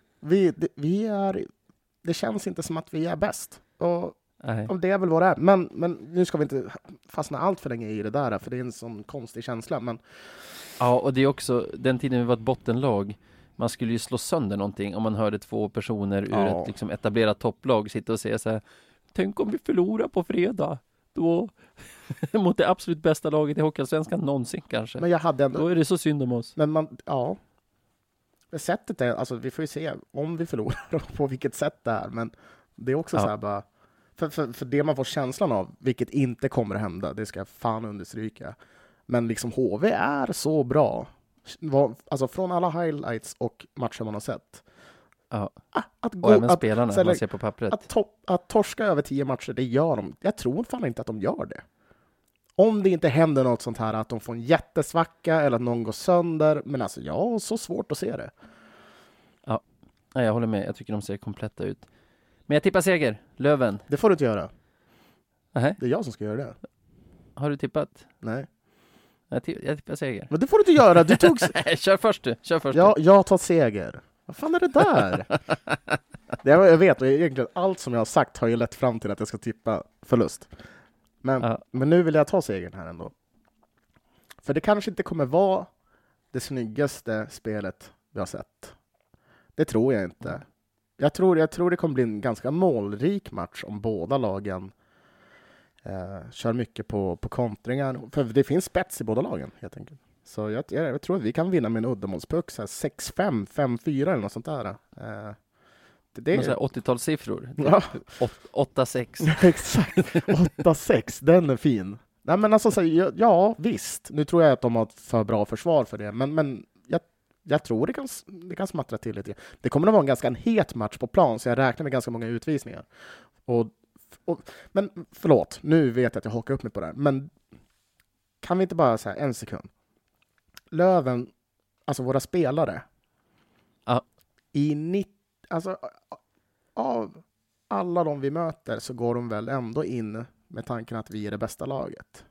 det känns inte som att vi är bäst. Och det är väl vad det är. Men nu ska vi inte fastna allt för länge i det där, för det är en sån konstig känsla. Men... Ja, och det är också den tiden vi var ett bottenlag. Man skulle ju slå sönder någonting om man hörde 2 personer ur ett liksom etablerat topplag sitta och säga så här, tänk om vi förlorar på fredag. Då mot det absolut bästa laget i Hockeyallsvenskan någonsin kanske. Men jag hade ändå... Då är det så synd om oss. Men sättet är, alltså vi får ju se om vi förlorar och på vilket sätt det är. Men det är också så här bara, för det man får känslan av, vilket inte kommer att hända, det ska jag fan understryka. Men liksom HV är så bra. Alltså från alla highlights och matcher man har sett. Ja. Och även spelarna, man ser på pappret. Att torska över 10 matcher, det gör de. Jag tror fan inte att de gör det. Om det inte händer något sånt här, att de får en jättesvacka eller att någon går sönder. Men alltså, jag har så svårt att se det. Ja, jag håller med. Jag tycker de ser kompletta ut. Men jag tippar seger. Löven. Det får du inte göra. Nähä. Det är jag som ska göra det. Har du tippat? Nej. Jag tippar seger. Men det får du inte göra. Du tog... Kör först du. Jag tar seger. Vad fan är det där? Jag vet, och egentligen allt som jag har sagt har ju lett fram till att jag ska tippa förlust. Men nu vill jag ta segern här ändå. För det kanske inte kommer vara det snyggaste spelet vi har sett. Det tror jag inte. Jag tror det kommer bli en ganska målrik match om båda lagen kör mycket på kontringar. För det finns spets i båda lagen helt enkelt. Så jag tror att vi kan vinna med en uddamålspuck, 6-5, 5-4 eller något sånt där. Det är 80-talssiffror. Ja. 8-6. Exakt, 8-6, den är fin. Nej, men alltså, ja, visst. Nu tror jag att de har ett för bra försvar för det. Men jag tror det kan smattra till lite. Det kommer att vara en het match på plan, så jag räknar med ganska många utvisningar. Men förlåt, nu vet jag att jag hakar upp mig på det här. Men kan vi inte bara säga en sekund? Löven, alltså våra spelare. Ja. Alltså, av alla de vi möter så går de väl ändå in med tanken att vi är det bästa laget.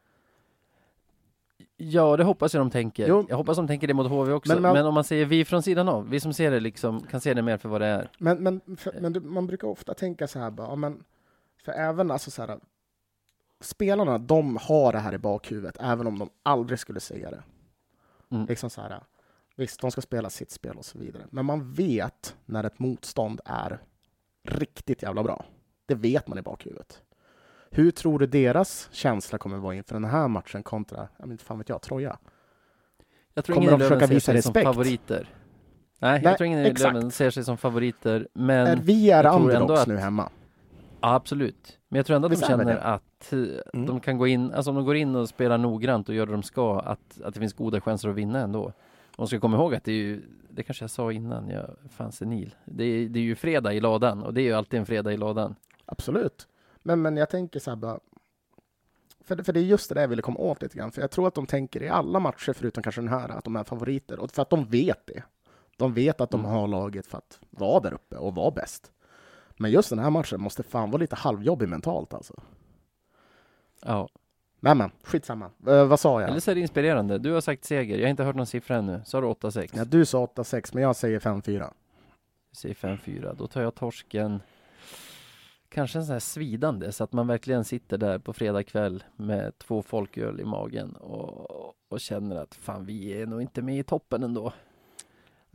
Ja, det hoppas jag de tänker. Jo. Jag hoppas de tänker det mot HV också. Men om man säger vi från sidan av, vi som ser det liksom, kan se det mer för vad det är. Men man brukar ofta tänka så här, bara, men för även alltså så här, spelarna, de har det här i bakhuvudet, även om de aldrig skulle säga det. Liksom så här, visst, de ska spela sitt spel och så vidare. Men man vet när ett motstånd är riktigt jävla bra. Det vet man i bakhuvudet. Hur tror du deras känsla kommer vara inför den här matchen kontra, Troja? Jag tror kommer ingen de försöka Löven visa ser sig som respekt? favoriter. Nej, jag tror ingen Löven ser sig som favoriter. Men vi är underdogs att, nu hemma. Ja, absolut. Men jag tror ändå att de känner att de kan gå in, alltså om de går in och spelar noggrant och gör det de ska, att det finns goda chanser att vinna ändå. Och de ska komma ihåg att det kanske jag sa innan jag fann senil. Det är ju fredag i ladan, och det är ju alltid en fredag i ladan. Absolut. Men jag tänker så här bara, för det är just det där jag ville komma åt lite grann. För jag tror att de tänker i alla matcher, förutom kanske den här, att de är favoriter. Och för att de vet det. De vet att de har laget för att vara där uppe och vara bäst. Men just den här matchen måste fan vara lite halvjobbig mentalt alltså. Ja. Men skitsamma. Vad sa jag? Eller så är det inspirerande. Du har sagt seger. Jag har inte hört någon siffra ännu. Så har du 8-6. Ja, du sa 8-6, men jag säger 5-4. Du säger 5-4. Då tar jag torsken. Kanske en sån här svidande, så att man verkligen sitter där på fredag kväll med 2 folköl i magen och känner att fan, vi är nog inte med i toppen ändå. Ja.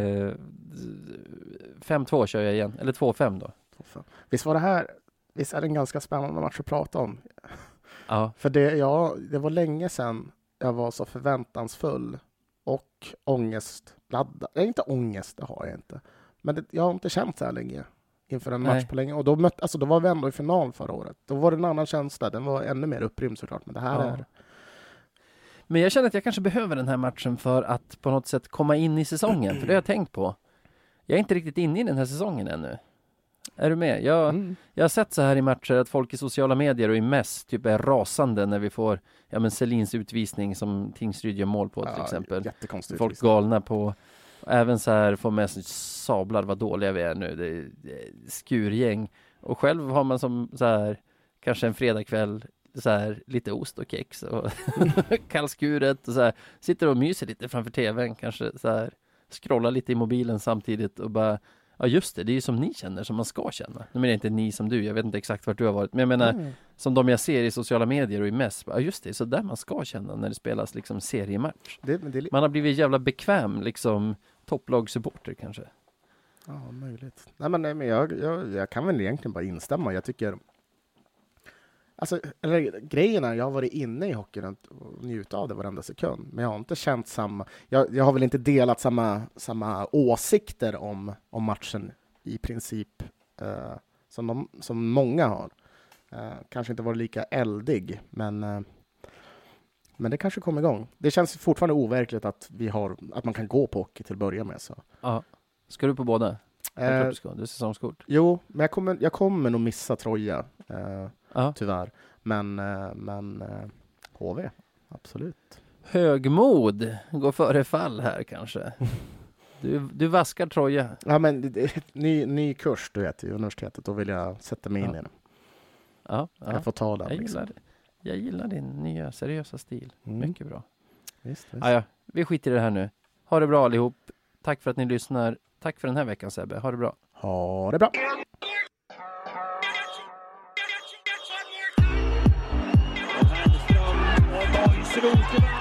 5-2 kör jag igen. Eller 2-5 då. Visst är det en ganska spännande match att prata om. Ja. För det var länge sedan jag var så förväntansfull och ångestladdad. Inte ångest, det har jag inte. Men jag har inte känt så här länge inför en match på länge. Och då var vi ändå i final förra året. Då var det en annan känsla. Den var ännu mer upprymd såklart. Men det här är... Men jag känner att jag kanske behöver den här matchen för att på något sätt komma in i säsongen. För det har jag tänkt på. Jag är inte riktigt inne i den här säsongen ännu. Är du med? Jag har sett så här i matcher att folk i sociala medier och i mäss typ är rasande när vi får Selins utvisning som Tingsryd gör mål på till exempel. Folk galna på. Även så här får med sig sablar vad dåliga vi är nu. Det är skurgäng. Och själv har man som så här kanske en fredagkväll så här lite ost och kex och kallskuret och så här sitter och myser lite framför tvn, kanske så här scrollar lite i mobilen samtidigt och bara, ja just det är ju som ni känner, som man ska känna. Nu menar jag inte ni som du, jag vet inte exakt vart du har varit, men jag menar som de jag ser i sociala medier och i mäss, ja just det, så där man ska känna när det spelas liksom seriematch. Man har blivit jävla bekväm liksom topplagsupporter kanske. Ja, möjligt. Nej men jag kan väl egentligen bara instämma. Jag tycker grejen är, jag har varit inne i hockeyn och njutit av det varenda sekund. Men jag har inte känt samma... Jag har väl inte delat samma åsikter om matchen i princip som många har. Kanske inte varit lika eldig, men det kanske kommer igång. Det känns fortfarande overkligt att man kan gå på hockey till att börja med. Så. Ja. Ska du på båda? Du är säsongskort. Jo, men jag kommer nog missa Troja. Tyvärr. Men HV, absolut. Högmod går före fall här kanske. Du vaskar Troja. Ja, men ny kurs, du vet, i universitetet. Då vill jag sätta mig in i det. Ja. Jag får ta den. Jag gillar din nya seriösa stil. Mycket bra. Visst. Vi skiter i det här nu. Ha det bra allihop. Tack för att ni lyssnar. Tack för den här veckan, Sebbe. Ha det bra. Ha det bra. Rosenberg.